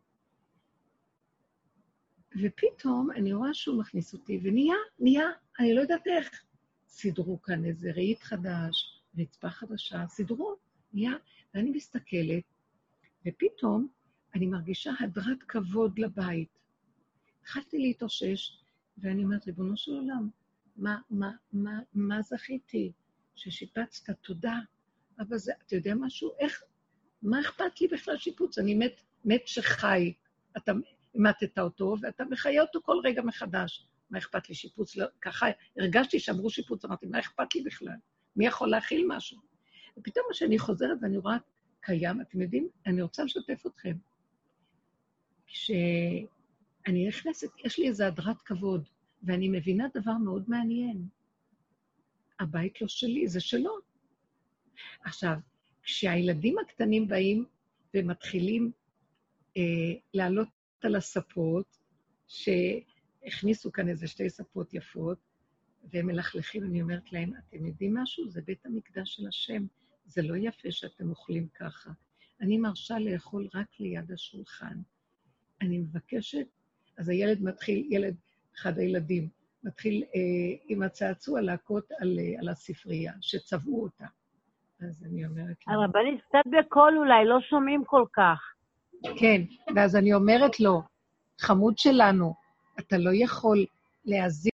ופתאום אני רואה שהוא מכניס אותי, ונהיה, נהיה, אני לא יודעת איך, סידרו כאן איזה רהיט חדש, רצפה חדשה, סידרו, נהיה, ואני מסתכלת, ופתאום אני מרגישה הדרת כבוד לבית. התחלתי להתאושש, ואני אומרת, ריבונו של עולם, מה, מה, מה, מה זכיתי? ששיפצת, תודה. אבל זה, אתה יודע משהו? איך, מה אכפת לי בכלל שיפוץ? אני מת, מת שחי. אתה מתת אותו, ואתה מחיה אותו כל רגע מחדש. מה אכפת לי שיפוץ? לא, ככה הרגשתי שאמרו שיפוץ, אמרתי, מה אכפת לי בכלל? מי יכול להכיל משהו? ופתאום כשאני חוזרת ואני רואה קיים, אתם יודעים, אני רוצה לשתף אתכם. כשאני נכנסת, יש לי איזו הדרת כבוד, ואני מבינה דבר מאוד מעניין. הבית לא שלי, זה שלו. עכשיו, כשהילדים הקטנים באים ומתחילים אה, לעלות על הספות, שהכניסו כאן איזה שתי ספות יפות, והם מלכלכים, אני אומרת להם, אתם יודעים משהו? זה בית המקדש של השם. זה לא יפה שאתם אוכלים ככה. אני מרשה לאכול רק ליד השולחן. אני מבקשת, אז הילד מתחיל, ילד, אחד הילדים, מתחיל אה, עם הצעצוע להכות על, אה, על הספרייה, שצבעו אותה. אז אני אומרת... הרבנית, קצת בקול אולי, לא שומעים כל כך. כן, ואז אני אומרת לו, חמוד שלנו, אתה לא יכול להזיק.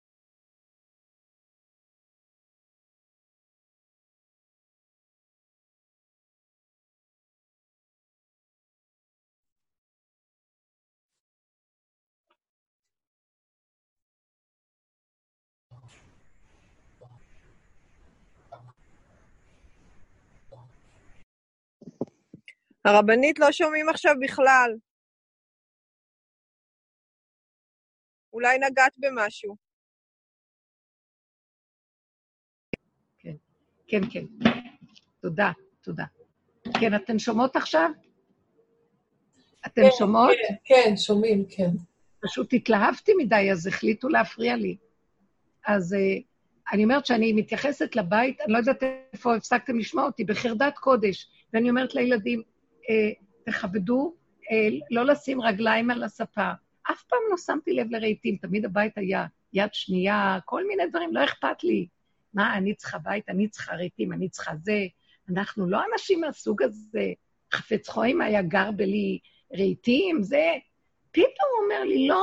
הרבנית לא שומעים עכשיו בכלל. אולי נגעת במשהו. כן, כן, כן. תודה, תודה. כן, אתן שומעות עכשיו? אתן כן, שומעות? כן, כן, שומעים, כן. פשוט התלהבתי מדי, אז החליטו להפריע לי. אז uh, אני אומרת שאני מתייחסת לבית, אני לא יודעת איפה הפסקתם לשמוע אותי, בחרדת קודש, ואני אומרת לילדים, uh, תכבדו, uh, לא לשים רגליים על הספה. אף פעם לא שמתי לב לרהיטים, תמיד הבית היה יד שנייה, כל מיני דברים, לא אכפת לי. מה, אני צריכה בית, אני צריכה רהיטים, אני צריכה זה. אנחנו לא אנשים מהסוג הזה. חפץ חיים היה גר בלי רהיטים, זה... פתאום הוא אומר לי, לא,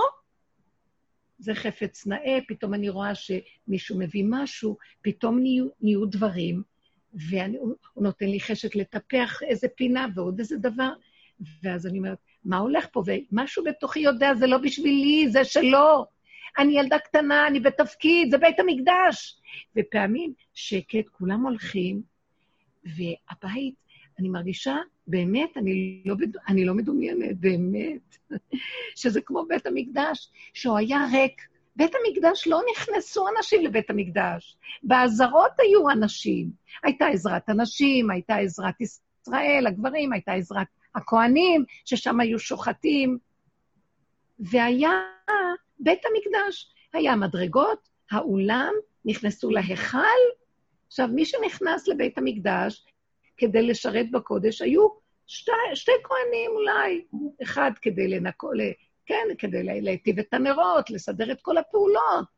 זה חפץ נאה, פתאום אני רואה שמישהו מביא משהו, פתאום נהיו, נהיו דברים, והוא נותן לי חשק לטפח איזה פינה ועוד איזה דבר, ואז אני אומרת, מה הולך פה? ומשהו בתוכי יודע, זה לא בשבילי, זה שלו. אני ילדה קטנה, אני בתפקיד, זה בית המקדש. ופעמים שקט, כולם הולכים, והבית, אני מרגישה, באמת, אני לא, אני לא מדומיינת, באמת, שזה כמו בית המקדש, שהוא היה ריק. בית המקדש לא נכנסו אנשים לבית המקדש. בעזרות היו אנשים. הייתה עזרת אנשים, הייתה עזרת ישראל, הגברים, הייתה עזרת הכהנים, ששם היו שוחטים. והיה בית המקדש. היה מדרגות, האולם, נכנסו להיכל. עכשיו, מי שנכנס לבית המקדש, כדי לשרת בקודש, היו שתי, שתי כהנים אולי, אחד כדי לנקו, כן, כדי להיטיב את הנרות, לסדר את כל הפעולות.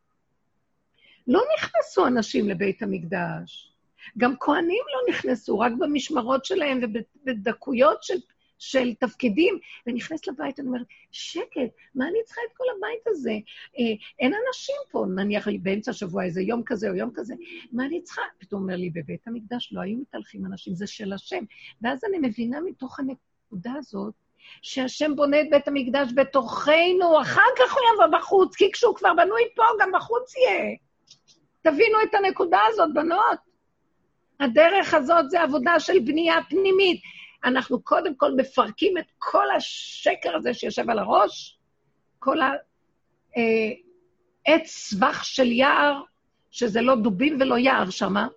לא נכנסו אנשים לבית המקדש. גם כהנים לא נכנסו, רק במשמרות שלהם ובדקויות של, של תפקידים. ונכנס לבית, אני אומרת, שקט, מה אני צריכה את כל הבית הזה? אה, אין אנשים פה, נניח באמצע השבוע, איזה יום כזה או יום כזה, מה אני צריכה? פתאום אומר לי, בבית המקדש לא היו מתהלכים אנשים, זה של השם. ואז אני מבינה מתוך הנקודה הזאת, שהשם בונה את בית המקדש בתוכנו, אחר כך הוא יבוא בחוץ, כי כשהוא כבר בנוי פה, גם בחוץ יהיה. תבינו את הנקודה הזאת, בנות. הדרך הזאת זה עבודה של בנייה פנימית. אנחנו קודם כל מפרקים את כל השקר הזה שיושב על הראש, כל העץ סבך של יער, שזה לא דובים ולא יער שמה,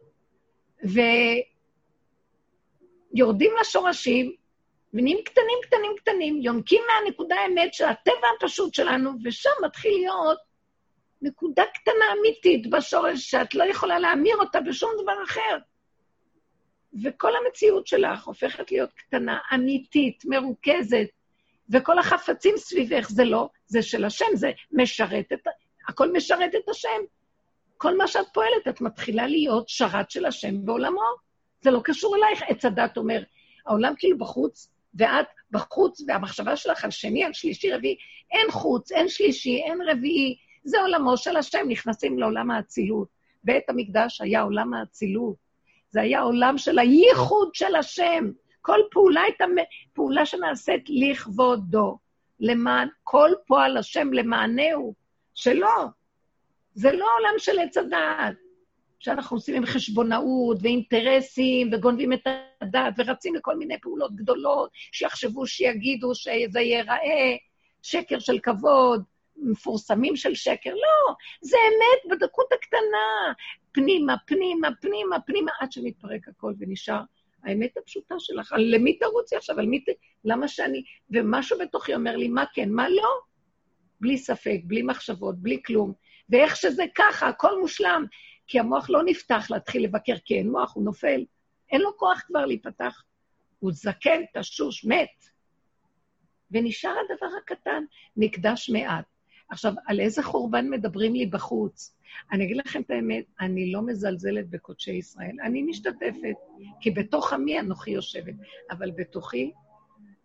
ויורדים לשורשים, ונהיים קטנים, קטנים, קטנים, יונקים מהנקודה האמת של הטבע הפשוט שלנו, ושם מתחיל להיות נקודה קטנה אמיתית בשורש, שאת לא יכולה להמיר אותה בשום דבר אחר. וכל המציאות שלך הופכת להיות קטנה, אמיתית, מרוכזת, וכל החפצים סביבך זה לא, זה של השם, זה משרת את, הכל משרת את השם. כל מה שאת פועלת, את מתחילה להיות שרת של השם בעולמו. זה לא קשור אלייך. עץ הדת אומר, העולם כאילו בחוץ, ואת בחוץ, והמחשבה שלך על שני, על שלישי, רביעי, אין חוץ, אין שלישי, אין רביעי, זה עולמו של השם, נכנסים לעולם האצילות. בית המקדש היה עולם האצילות. זה היה עולם של הייחוד של השם. כל פעולה הייתה פעולה שנעשית לכבודו, למען, כל פועל השם למענהו, שלא. זה לא עולם של עץ הדעת, שאנחנו עושים עם חשבונאות ואינטרסים, וגונבים את הדעת, ורצים לכל מיני פעולות גדולות, שיחשבו, שיגידו שזה ייראה, שקר של כבוד, מפורסמים של שקר. לא, זה אמת בדקות הקטנה, פנימה, פנימה, פנימה, פנימה, עד שמתפרק הכל ונשאר האמת הפשוטה שלך. למי תרוצי עכשיו? על מי ת... למה שאני... ומשהו בתוכי אומר לי, מה כן, מה לא? בלי ספק, בלי מחשבות, בלי כלום. ואיך שזה ככה, הכל מושלם. כי המוח לא נפתח להתחיל לבקר, כי אין מוח, הוא נופל. אין לו כוח כבר להיפתח. הוא זקן, תשוש, מת. ונשאר הדבר הקטן, נקדש מעט. עכשיו, על איזה חורבן מדברים לי בחוץ? אני אגיד לכם את האמת, אני לא מזלזלת בקודשי ישראל. אני משתתפת, כי בתוך עמי אנוכי יושבת. אבל בתוכי,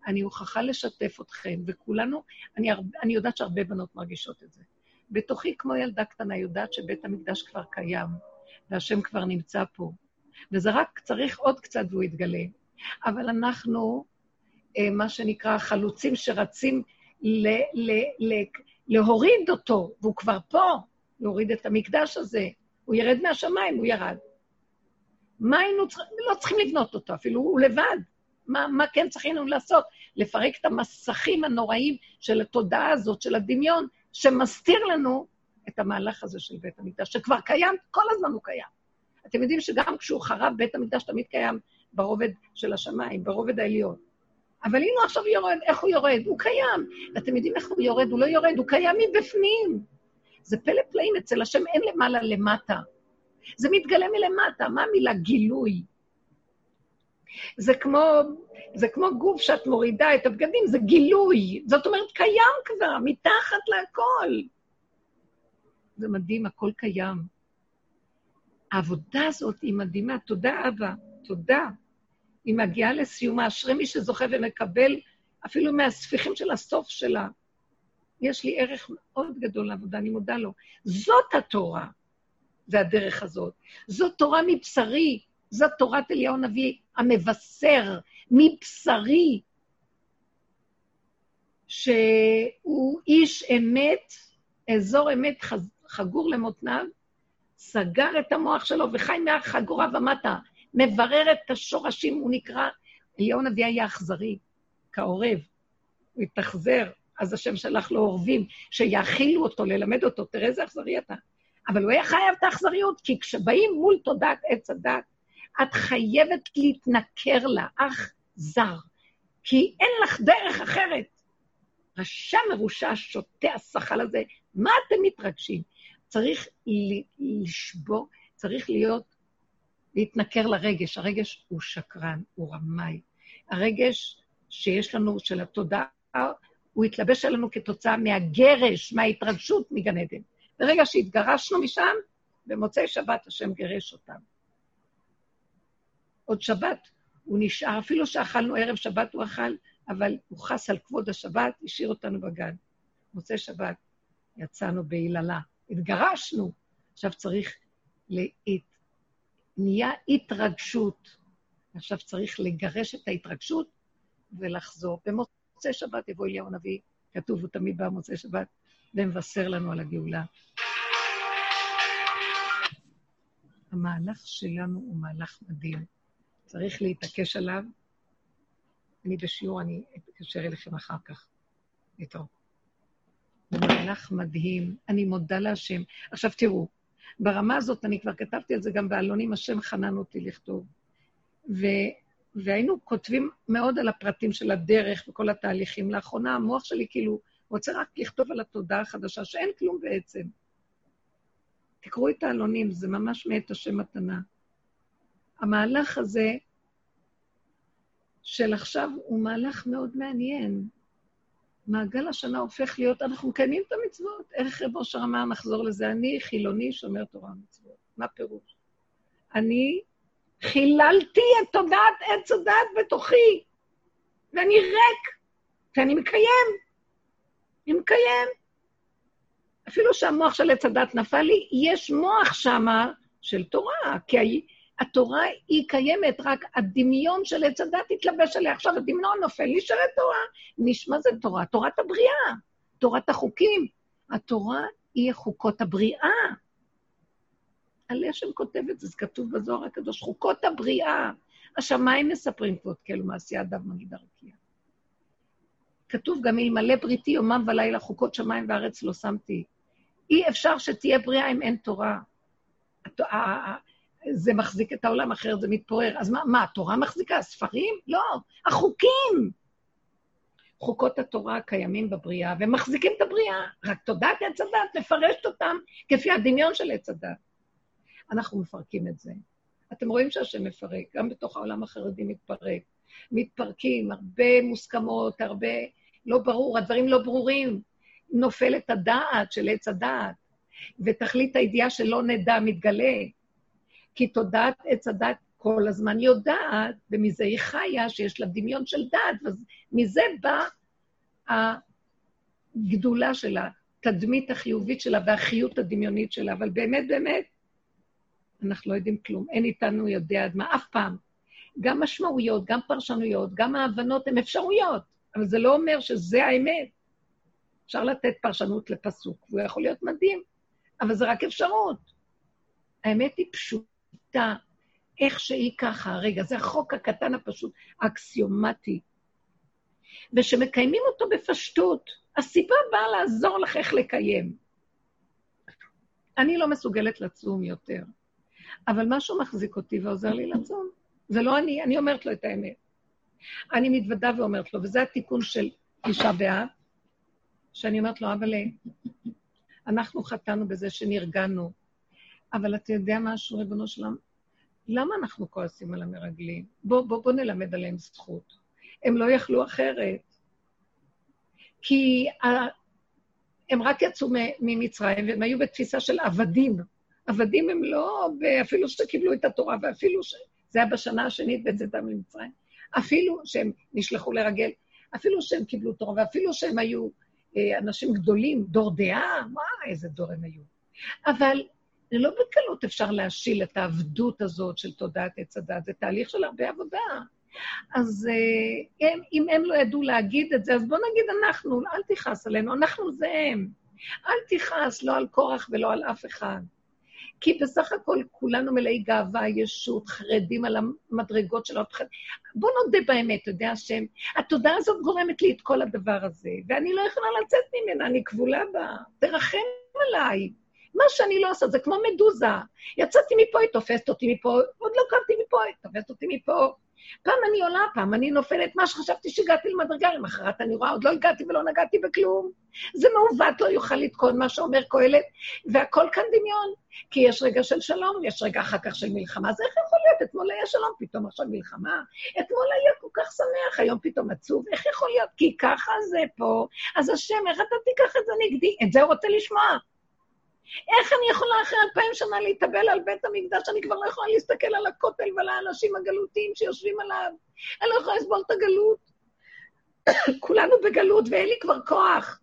אני מוכרחה לשתף אתכם, וכולנו, אני, אני יודעת שהרבה בנות מרגישות את זה. בתוכי כמו ילדה קטנה יודעת שבית המקדש כבר קיים, והשם כבר נמצא פה, וזה רק צריך עוד קצת והוא יתגלה. אבל אנחנו, מה שנקרא, חלוצים שרצים ל, ל, ל, להוריד אותו, והוא כבר פה, להוריד את המקדש הזה, הוא ירד מהשמיים, הוא ירד. מה היינו צריכים? לא צריכים לבנות אותו, אפילו הוא לבד. מה, מה כן צריכים לעשות? לפרק את המסכים הנוראים של התודעה הזאת, של הדמיון, שמסתיר לנו את המהלך הזה של בית המקדש, שכבר קיים, כל הזמן הוא קיים. אתם יודעים שגם כשהוא חרב, בית המקדש תמיד קיים ברובד של השמיים, ברובד העליון. אבל הנה עכשיו יורד, איך הוא יורד? הוא קיים. אתם יודעים איך הוא יורד? הוא לא יורד, הוא קיים מבפנים. זה פלא פלאים, אצל השם אין למעלה למטה. זה מתגלה מלמטה, מה המילה גילוי? זה כמו, זה כמו גוף שאת מורידה את הבגדים, זה גילוי. זאת אומרת, קיים כבר, מתחת להכל. זה מדהים, הכל קיים. העבודה הזאת היא מדהימה, תודה אבא, תודה. היא מגיעה לסיומה, אשרי מי שזוכה ומקבל, אפילו מהספיחים של הסוף שלה. יש לי ערך מאוד גדול לעבודה, אני מודה לו. זאת התורה, זה הדרך הזאת. זאת תורה מבשרי, זאת תורת אליהו הנביא המבשר, מבשרי, שהוא איש אמת, אזור אמת חגור למותניו, סגר את המוח שלו וחי מהחגורה ומטה, מברר את השורשים, הוא נקרא, אליהו הנביא היה אכזרי, כעורב, הוא התאכזר, אז השם שלח לו עורבים, שיאכילו אותו, ללמד אותו, תראה איזה אכזרי אתה. אבל הוא היה חייב את האכזריות, כי כשבאים מול תודעת עץ הדת, את חייבת להתנכר לה, אך זר, כי אין לך דרך אחרת. רשע מרושע שותה השחל הזה, מה אתם מתרגשים? צריך לשבור, צריך להיות, להתנכר לרגש. הרגש הוא שקרן, הוא רמאי. הרגש שיש לנו, של התודעה, הוא התלבש עלינו כתוצאה מהגרש, מההתרגשות מגן עדן. ברגע שהתגרשנו משם, במוצאי שבת השם גרש אותם. עוד שבת הוא נשאר, אפילו שאכלנו ערב שבת הוא אכל, אבל הוא חס על כבוד השבת, השאיר אותנו בגן. מוצאי שבת יצאנו בהיללה, התגרשנו. עכשיו צריך, להת... נהיה התרגשות. עכשיו צריך לגרש את ההתרגשות ולחזור. במוצאי שבת יבוא אליהו הנביא, כתוב הוא תמיד במוצאי שבת, ומבשר לנו על הגאולה. המהלך שלנו הוא מהלך מדהים. צריך להתעקש עליו. אני בשיעור, אני אתקשר אליכם אחר כך. איתו. זה מהלך מדהים. אני מודה להשם. עכשיו תראו, ברמה הזאת, אני כבר כתבתי את זה גם באלונים, השם חנן אותי לכתוב. ו... והיינו כותבים מאוד על הפרטים של הדרך וכל התהליכים. לאחרונה המוח שלי כאילו רוצה רק לכתוב על התודעה החדשה, שאין כלום בעצם. תקראו את האלונים, זה ממש מאת השם מתנה. המהלך הזה של עכשיו הוא מהלך מאוד מעניין. מעגל השנה הופך להיות, אנחנו מקיימים את המצוות. ערך רב אושר אמר, נחזור לזה, אני חילוני שומר תורה ומצוות. מה פירוש? אני חיללתי את תודעת עץ הדעת בתוכי, ואני ריק, ואני מקיים. אני מקיים. אפילו שהמוח של עץ הדעת נפל לי, יש מוח שמה של תורה, כי התורה היא קיימת, רק הדמיון של עץ הדעת התלבש עליה. עכשיו הדמיון נופל, נשארת תורה. נשמע זה תורה, תורת הבריאה, תורת החוקים. התורה היא חוקות הבריאה. עליה שם כותב את זה, זה כתוב בזוהר הקדוש, חוקות הבריאה. השמיים מספרים כבוד כאלו מעשייה דב מגיד הרקיע. כתוב גם, אלמלא בריתי יומם ולילה חוקות שמיים וארץ לא שמתי. אי אפשר שתהיה בריאה אם אין תורה. זה מחזיק את העולם, אחרת זה מתפורר. אז מה, מה, התורה מחזיקה? הספרים? לא, החוקים. חוקות התורה קיימים בבריאה, והם מחזיקים את הבריאה. רק תודעת עץ הדת, מפרשת אותם כפי הדמיון של עץ הדת. אנחנו מפרקים את זה. אתם רואים שהשם מפרק, גם בתוך העולם החרדי מתפרק. מתפרקים, הרבה מוסכמות, הרבה לא ברור, הדברים לא ברורים. נופלת הדעת של עץ הדעת, ותכלית הידיעה שלא נדע מתגלה. כי תודעת עץ הדת כל הזמן יודעת, ומזה היא חיה, שיש לה דמיון של דעת, ומזה בא הגדולה שלה, תדמית החיובית שלה והחיות הדמיונית שלה, אבל באמת, באמת, אנחנו לא יודעים כלום, אין איתנו יודע עד מה, אף פעם. גם משמעויות, גם פרשנויות, גם ההבנות הן אפשרויות, אבל זה לא אומר שזה האמת. אפשר לתת פרשנות לפסוק, והוא יכול להיות מדהים, אבל זה רק אפשרות. האמת היא פשוטה, איך שהיא ככה, רגע, זה החוק הקטן הפשוט, האקסיומטי, ושמקיימים אותו בפשטות, הסיבה באה לעזור לך איך לקיים. אני לא מסוגלת לצום יותר, אבל משהו מחזיק אותי ועוזר לי לצום. זה לא אני, אני אומרת לו את האמת. אני מתוודה ואומרת לו, וזה התיקון של אישה באב, שאני אומרת לו, אבל אנחנו חטאנו בזה שנרגענו, אבל אתה יודע משהו, ריבונו שלם, למה אנחנו כועסים על המרגלים? בוא, בוא, בוא נלמד עליהם זכות. הם לא יכלו אחרת. כי הם רק יצאו ממצרים, והם היו בתפיסה של עבדים. עבדים הם לא, אפילו שקיבלו את התורה, ואפילו ש... זה היה בשנה השנית בצאתם ממצרים. אפילו שהם נשלחו לרגל, אפילו שהם קיבלו תורה, ואפילו שהם היו אה, אנשים גדולים, דור דעה, מה, איזה דור הם היו. אבל לא בקלות אפשר להשיל את העבדות הזאת של תודעת עץ הדת, זה תהליך של הרבה עבודה. אז אה, הם, אם הם לא ידעו להגיד את זה, אז בוא נגיד אנחנו, אל תכעס עלינו, אנחנו זה הם. אל תכעס, לא על קורח ולא על אף אחד. כי בסך הכל כולנו מלאי גאווה, ישות, חרדים על המדרגות של עוד חרדים. בוא נודה באמת, אתה יודע השם, התודעה הזאת גורמת לי את כל הדבר הזה, ואני לא יכולה לצאת ממנה, אני כבולה בה, תרחם עליי. מה שאני לא עושה, זה כמו מדוזה. יצאתי מפה, היא תופסת אותי מפה, עוד לא קמתי מפה, היא תופסת אותי מפה. פעם אני עולה, פעם אני נופלת, מה שחשבתי שהגעתי למדרגה, למחרת אני רואה, עוד לא הגעתי ולא נגעתי בכלום. זה מעוות, לא יוכל לתקון מה שאומר קהלת, והכל כאן דמיון, כי יש רגע של שלום, יש רגע אחר כך של מלחמה, זה איך יכול להיות? אתמול היה שלום, פתאום עכשיו מלחמה, אתמול היה כל כך שמח, היום פתאום עצוב, איך יכול להיות? כי ככה זה פה, אז השם, איך אתה תיקח את זה נגדי? את זה הוא רוצה לשמוע. איך אני יכולה אחרי אלפיים שנה להתאבל על בית המקדש, אני כבר לא יכולה להסתכל על הכותל ועל האנשים הגלותיים שיושבים עליו, אני לא יכולה לסבול את הגלות. כולנו בגלות ואין לי כבר כוח.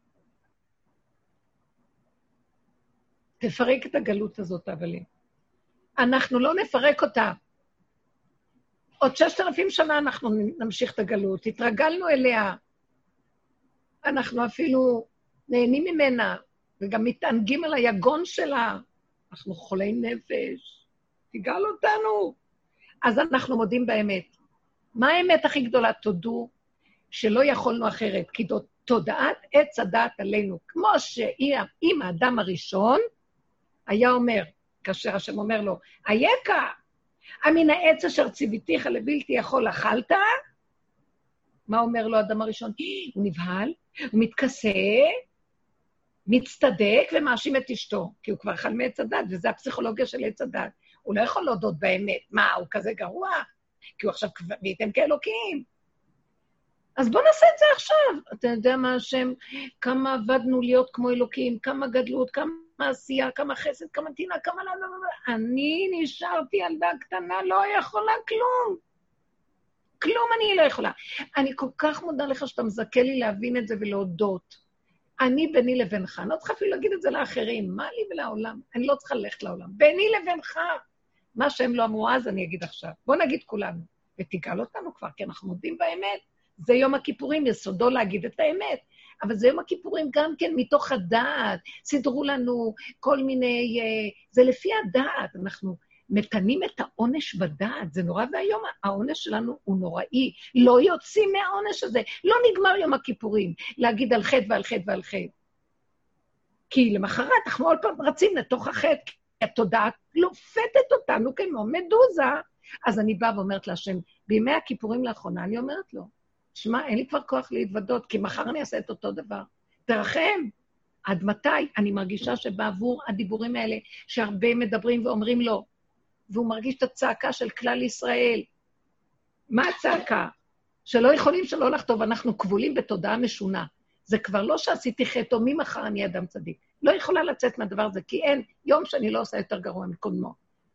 תפרק את הגלות הזאת, אבל אנחנו לא נפרק אותה. עוד ששת אלפים שנה אנחנו נמשיך את הגלות, התרגלנו אליה, אנחנו אפילו נהנים ממנה, וגם מתענגים על היגון שלה. אנחנו חולי נפש. תגאל אותנו. אז אנחנו מודים באמת. מה האמת הכי גדולה? תודו שלא יכולנו אחרת, כי תודעת עץ הדעת עלינו, כמו שאם האדם הראשון היה אומר, כאשר השם אומר לו, אייכה, המן העץ אשר ציוויתיך לבלתי יכול אכלת? מה אומר לו האדם הראשון? הוא נבהל, הוא מתכסה, מצטדק ומאשים את אשתו, כי הוא כבר אכל מעץ הדת, וזה הפסיכולוגיה של עץ הדת. הוא לא יכול להודות באמת. מה, הוא כזה גרוע? כי הוא עכשיו וייתם כאלוקים. אז בוא נעשה את זה עכשיו. אתה יודע מה השם, כמה עבדנו להיות כמו אלוקים, כמה גדלות, כמה עשייה, כמה חסד, כמה תינה, כמה לא, לא, לא. אני נשארתי ילדה קטנה, לא יכולה כלום. כלום אני לא יכולה. אני כל כך מודה לך שאתה מזכה לי להבין את זה ולהודות. אני ביני לבינך, אני לא צריכה אפילו להגיד את זה לאחרים, מה לי ולעולם? אני לא צריכה ללכת לעולם. ביני לבינך, מה שהם לא אמרו אז אני אגיד עכשיו. בוא נגיד כולנו, ותגאל אותנו כבר, כי אנחנו מודים באמת. זה יום הכיפורים, יסודו להגיד את האמת. אבל זה יום הכיפורים גם כן מתוך הדעת. סידרו לנו כל מיני, זה לפי הדעת, אנחנו מתנים את העונש בדעת, זה נורא והיום העונש שלנו הוא נוראי, לא יוצאים מהעונש הזה, לא נגמר יום הכיפורים, להגיד על חטא ועל חטא ועל חטא. כי למחרת אנחנו עוד פעם רצים לתוך החטא, כי התודעה לופתת אותנו כמו מדוזה. אז אני באה ואומרת להשם, בימי הכיפורים לאחרונה אני אומרת לו, שמע, אין לי כבר כוח להתוודות, כי מחר אני אעשה את אותו דבר. תרחם, עד מתי? אני מרגישה שבעבור הדיבורים האלה, שהרבה מדברים ואומרים לו, והוא מרגיש את הצעקה של כלל ישראל. מה הצעקה? שלא יכולים שלא לכתוב, אנחנו כבולים בתודעה משונה. זה כבר לא שעשיתי חטא, או ממחר אני אדם צדיק. לא יכולה לצאת מהדבר הזה, כי אין יום שאני לא עושה יותר גרוע מקודמו.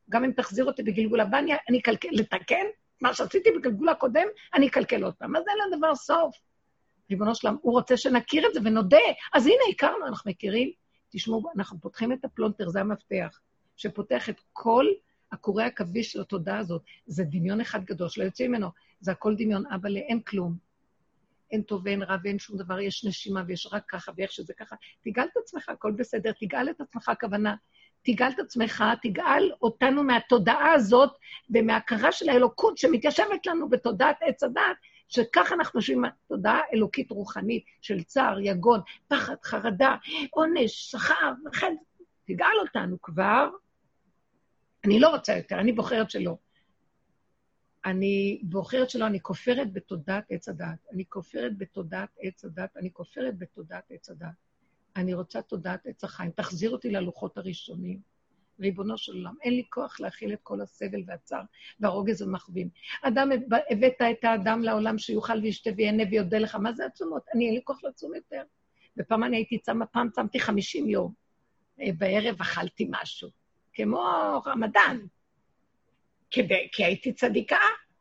גם אם תחזיר אותי בגלגול הבא, אני אקלקל, לתקן מה שעשיתי בגלגול הקודם, אני אקלקל עוד פעם. אז אין לדבר סוף. ריבונו שלם, הוא רוצה שנכיר את זה ונודה. אז הנה, הכרנו, אנחנו מכירים. תשמעו, אנחנו פותחים את הפלונטר, זה המפתח, שפותח את כל הקורי הכביש של התודעה הזאת. זה דמיון אחד גדול, שלא יוצא ממנו. זה הכל דמיון, אבל אין כלום. אין טוב ואין רע ואין שום דבר, יש נשימה ויש רק ככה ואיך שזה ככה. תגאל את עצמך, הכל בסדר, תגאל את עצמך, הכוונה. תגאל את עצמך, תגאל אותנו מהתודעה הזאת ומההכרה של האלוקות שמתיישבת לנו בתודעת עץ הדעת, שככה אנחנו יושבים תודעה אלוקית רוחנית של צער, יגון, פחד, חרדה, עונש, שכר, וכן, תגאל אותנו כבר. אני לא רוצה יותר, אני בוחרת שלא. אני בוחרת שלא, אני כופרת בתודעת עץ הדעת. אני כופרת בתודעת עץ הדעת, אני כופרת בתודעת עץ הדעת. אני רוצה תודעת עץ החיים. תחזיר אותי ללוחות הראשונים. ריבונו של עולם, אין לי כוח להכיל את כל הסבל והצער והרוגז ומחבים. אדם, הבאת את האדם לעולם שיוכל וישתה ויהנה ויודה לך. מה זה עצומות? אני אין לי כוח לצום יותר. ופעם אני הייתי צמה, פעם צמתי חמישים יום. בערב אכלתי משהו. כמו רמדאן. כדי, כי הייתי צדיקה.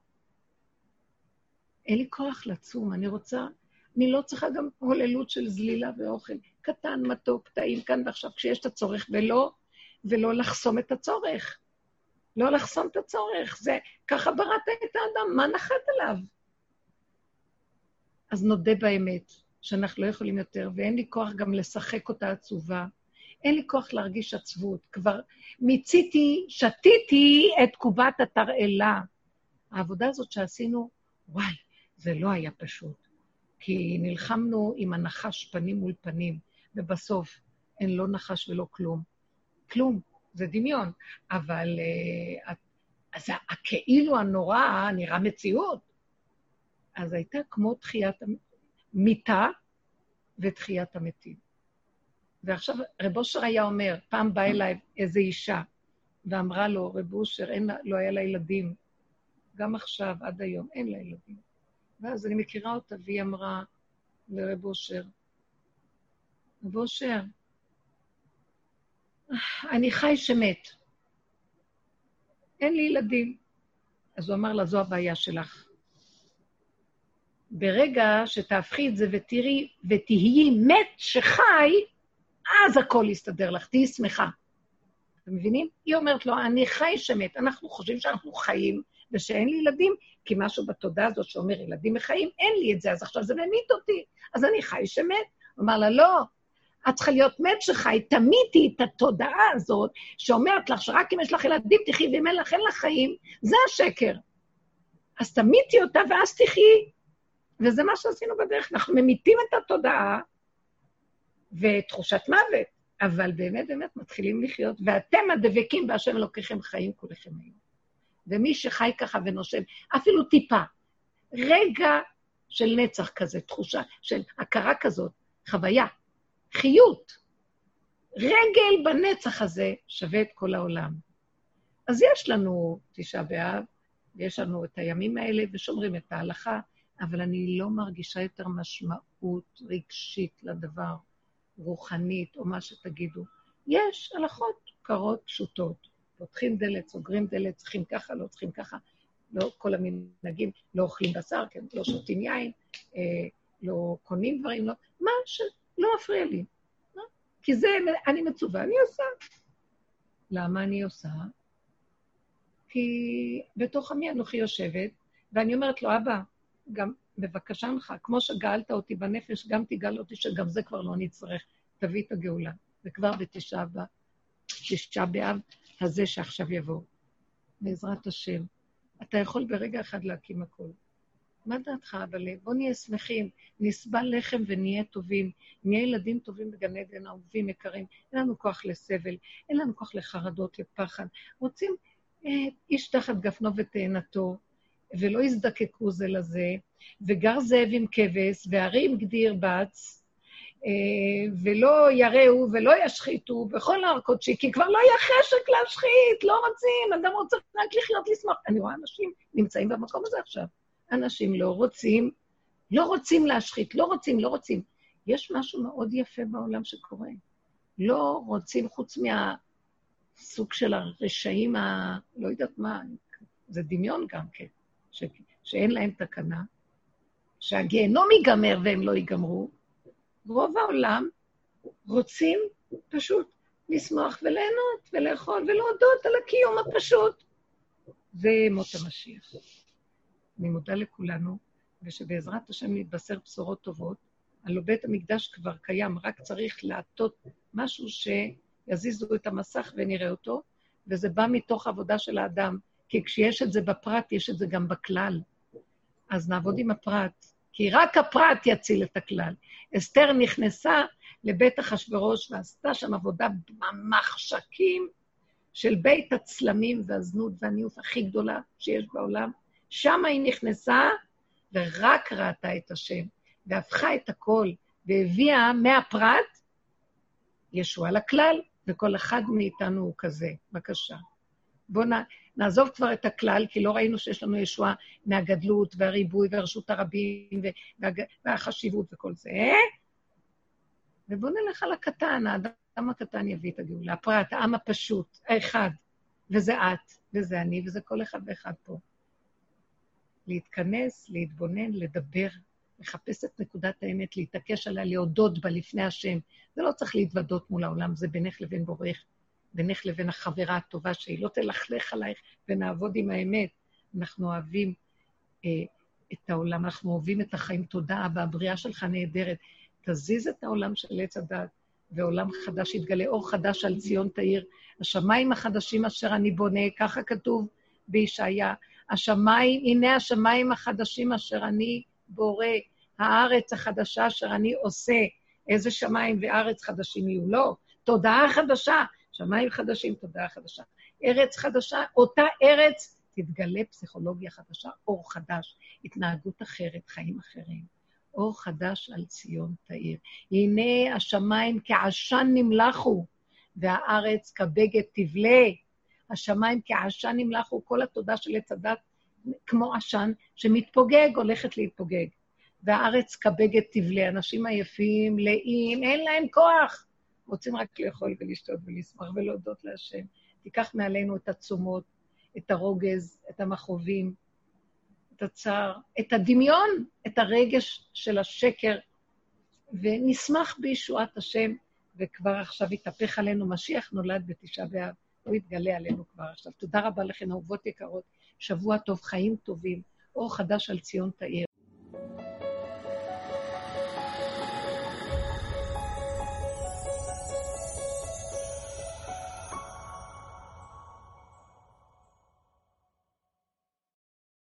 אין לי כוח לצום, אני רוצה, אני לא צריכה גם הוללות של זלילה ואוכל. קטן, מתוק, טעים כאן ועכשיו, כשיש את הצורך, ולא, ולא לחסום את הצורך. לא לחסום את הצורך, זה, ככה בראת את האדם, מה נחת עליו? אז נודה באמת, שאנחנו לא יכולים יותר, ואין לי כוח גם לשחק אותה עצובה. אין לי כוח להרגיש עצבות. כבר מיציתי, שתיתי את קובת התרעלה. העבודה הזאת שעשינו, וואי, זה לא היה פשוט. כי נלחמנו עם הנחש פנים מול פנים, ובסוף אין לא נחש ולא כלום. כלום, זה דמיון. אבל אז הכאילו הנורא נראה מציאות. אז הייתה כמו תחיית המיטה ותחיית המתים. ועכשיו רב אושר היה אומר, פעם בא אליי איזו אישה, ואמרה לו, רב אושר, אין, לא היה לה ילדים, גם עכשיו, עד היום, אין לה ילדים. ואז אני מכירה אותה, והיא אמרה לרב אושר, רב אושר, אני חי שמת, אין לי ילדים. אז הוא אמר לה, זו הבעיה שלך. ברגע שתהפכי את זה ותראי, ותהיי מת שחי, אז הכל יסתדר לך, תהי שמחה. אתם מבינים? היא אומרת לו, אני חי שמת, אנחנו חושבים שאנחנו חיים, ושאין לי ילדים, כי משהו בתודעה הזאת שאומר, ילדים מחיים, אין לי את זה, אז עכשיו זה ממית אותי, אז אני חי שמת. הוא אמר לה, לא, את צריכה להיות מת שחי, תמיתי את התודעה הזאת, שאומרת לך שרק אם יש לך ילדים תחי, ואם אין לך אין לך חיים, זה השקר. אז תמיתי אותה ואז תחי, וזה מה שעשינו בדרך, אנחנו ממיתים את התודעה, ותחושת מוות, אבל באמת באמת מתחילים לחיות, ואתם הדבקים בהשם אלוקיכם חיים כולכם היום. ומי שחי ככה ונושם, אפילו טיפה, רגע של נצח כזה, תחושה של הכרה כזאת, חוויה, חיות, רגל בנצח הזה שווה את כל העולם. אז יש לנו תשעה באב, ויש לנו את הימים האלה, ושומרים את ההלכה, אבל אני לא מרגישה יותר משמעות רגשית לדבר, רוחנית או מה שתגידו. יש הלכות קרות פשוטות. פותחים דלת, סוגרים דלת, צריכים ככה, לא צריכים ככה. לא כל המנהגים, לא אוכלים בשר, כן, לא שותים יין, אה, לא קונים דברים, לא, מה שלא מפריע לי. לא? כי זה, אני מצווה, אני עושה. למה אני עושה? כי בתוך עמי אנוכי יושבת, ואני אומרת לו, אבא, גם בבקשה לך, כמו שגאלת אותי בנפש, גם תגאל אותי שגם זה כבר לא נצטרך, תביא את הגאולה. זה כבר בתשעה באב, תשעה באב הזה שעכשיו יבוא. בעזרת השם. אתה יכול ברגע אחד להקים הכל. מה דעתך, אבל בוא נהיה שמחים, נסבל לחם ונהיה טובים, נהיה ילדים טובים בגן עדן, אהובים, יקרים, אין לנו כוח לסבל, אין לנו כוח לחרדות, לפחד. רוצים אה, איש תחת גפנו ותאנתו, ולא יזדקקו זה לזה, וגר זאב עם כבש, והרי עם גדיר בץ, ולא יראו ולא ישחיתו בכל הר קודשי, כי כבר לא יהיה חשק להשחית, לא רוצים, אדם רוצה רק לחיות, לשמוח. אני רואה אנשים נמצאים במקום הזה עכשיו. אנשים לא רוצים, לא רוצים להשחית, לא רוצים, לא רוצים. יש משהו מאוד יפה בעולם שקורה. לא רוצים חוץ סוג של הרשעים ה... לא יודעת מה, זה דמיון גם כן, ש... שאין להם תקנה, שהגיהנום ייגמר והם לא ייגמרו. רוב העולם רוצים פשוט לשמוח וליהנות ולאכול ולהודות על הקיום הפשוט. זה מות המשיח. אני מודה לכולנו, ושבעזרת השם נתבשר בשורות טובות. הלא בית המקדש כבר קיים, רק צריך לעטות משהו שיזיזו את המסך ונראה אותו, וזה בא מתוך עבודה של האדם, כי כשיש את זה בפרט, יש את זה גם בכלל. אז נעבוד עם הפרט, כי רק הפרט יציל את הכלל. אסתר נכנסה לבית אחשוורוש ועשתה שם עבודה במחשכים של בית הצלמים והזנות והניאוף הכי גדולה שיש בעולם. שם היא נכנסה ורק ראתה את השם, והפכה את הכל, והביאה מהפרט ישוע לכלל, וכל אחד מאיתנו הוא כזה. בבקשה. בואו נעזוב כבר את הכלל, כי לא ראינו שיש לנו ישוע מהגדלות והריבוי והרשות הרבים והחשיבות וכל זה. ובואו נלך על הקטן, האדם הקטן יביא את הגאולה, הפרט, העם הפשוט, האחד, וזה את, וזה אני, וזה כל אחד ואחד פה. להתכנס, להתבונן, לדבר, לחפש את נקודת האמת, להתעקש עליה, להודות בה לפני השם. זה לא צריך להתוודות מול העולם, זה בינך לבין בורך, בינך לבין החברה הטובה, שהיא לא תלכלך עלייך ונעבוד עם האמת. אנחנו אוהבים אה, את העולם, אנחנו אוהבים את החיים. תודה, אבא, הבריאה שלך נהדרת. תזיז את העולם של עץ הדת, ועולם חדש יתגלה, אור חדש על ציון תאיר. השמיים החדשים אשר אני בונה, ככה כתוב בישעיה, השמיים, הנה השמיים החדשים אשר אני בורא, הארץ החדשה אשר אני עושה. איזה שמיים וארץ חדשים יהיו? לא, תודעה חדשה, שמיים חדשים, תודעה חדשה. ארץ חדשה, אותה ארץ תתגלה פסיכולוגיה חדשה, אור חדש, התנהגות אחרת, חיים אחרים. אור חדש על ציון תאיר. הנה השמיים כעשן נמלחו, והארץ כבגד תבלה. השמיים כעשן נמלחו, כל התודה של עץ הדת, כמו עשן שמתפוגג, הולכת להתפוגג. והארץ כבגד תבלה, אנשים עייפים, לאים, אין להם כוח. רוצים רק לאכול ולשתות ולשמח ולהודות להשם. תיקח מעלינו את הצומות, את הרוגז, את המחובים, את הצער, את הדמיון, את הרגש של השקר, ונשמח בישועת השם, וכבר עכשיו יתהפך עלינו, משיח נולד בתשעה באב, הוא יתגלה עלינו כבר עכשיו. תודה רבה לכן, אהובות יקרות, שבוע טוב, חיים טובים, אור חדש על ציון תאיר.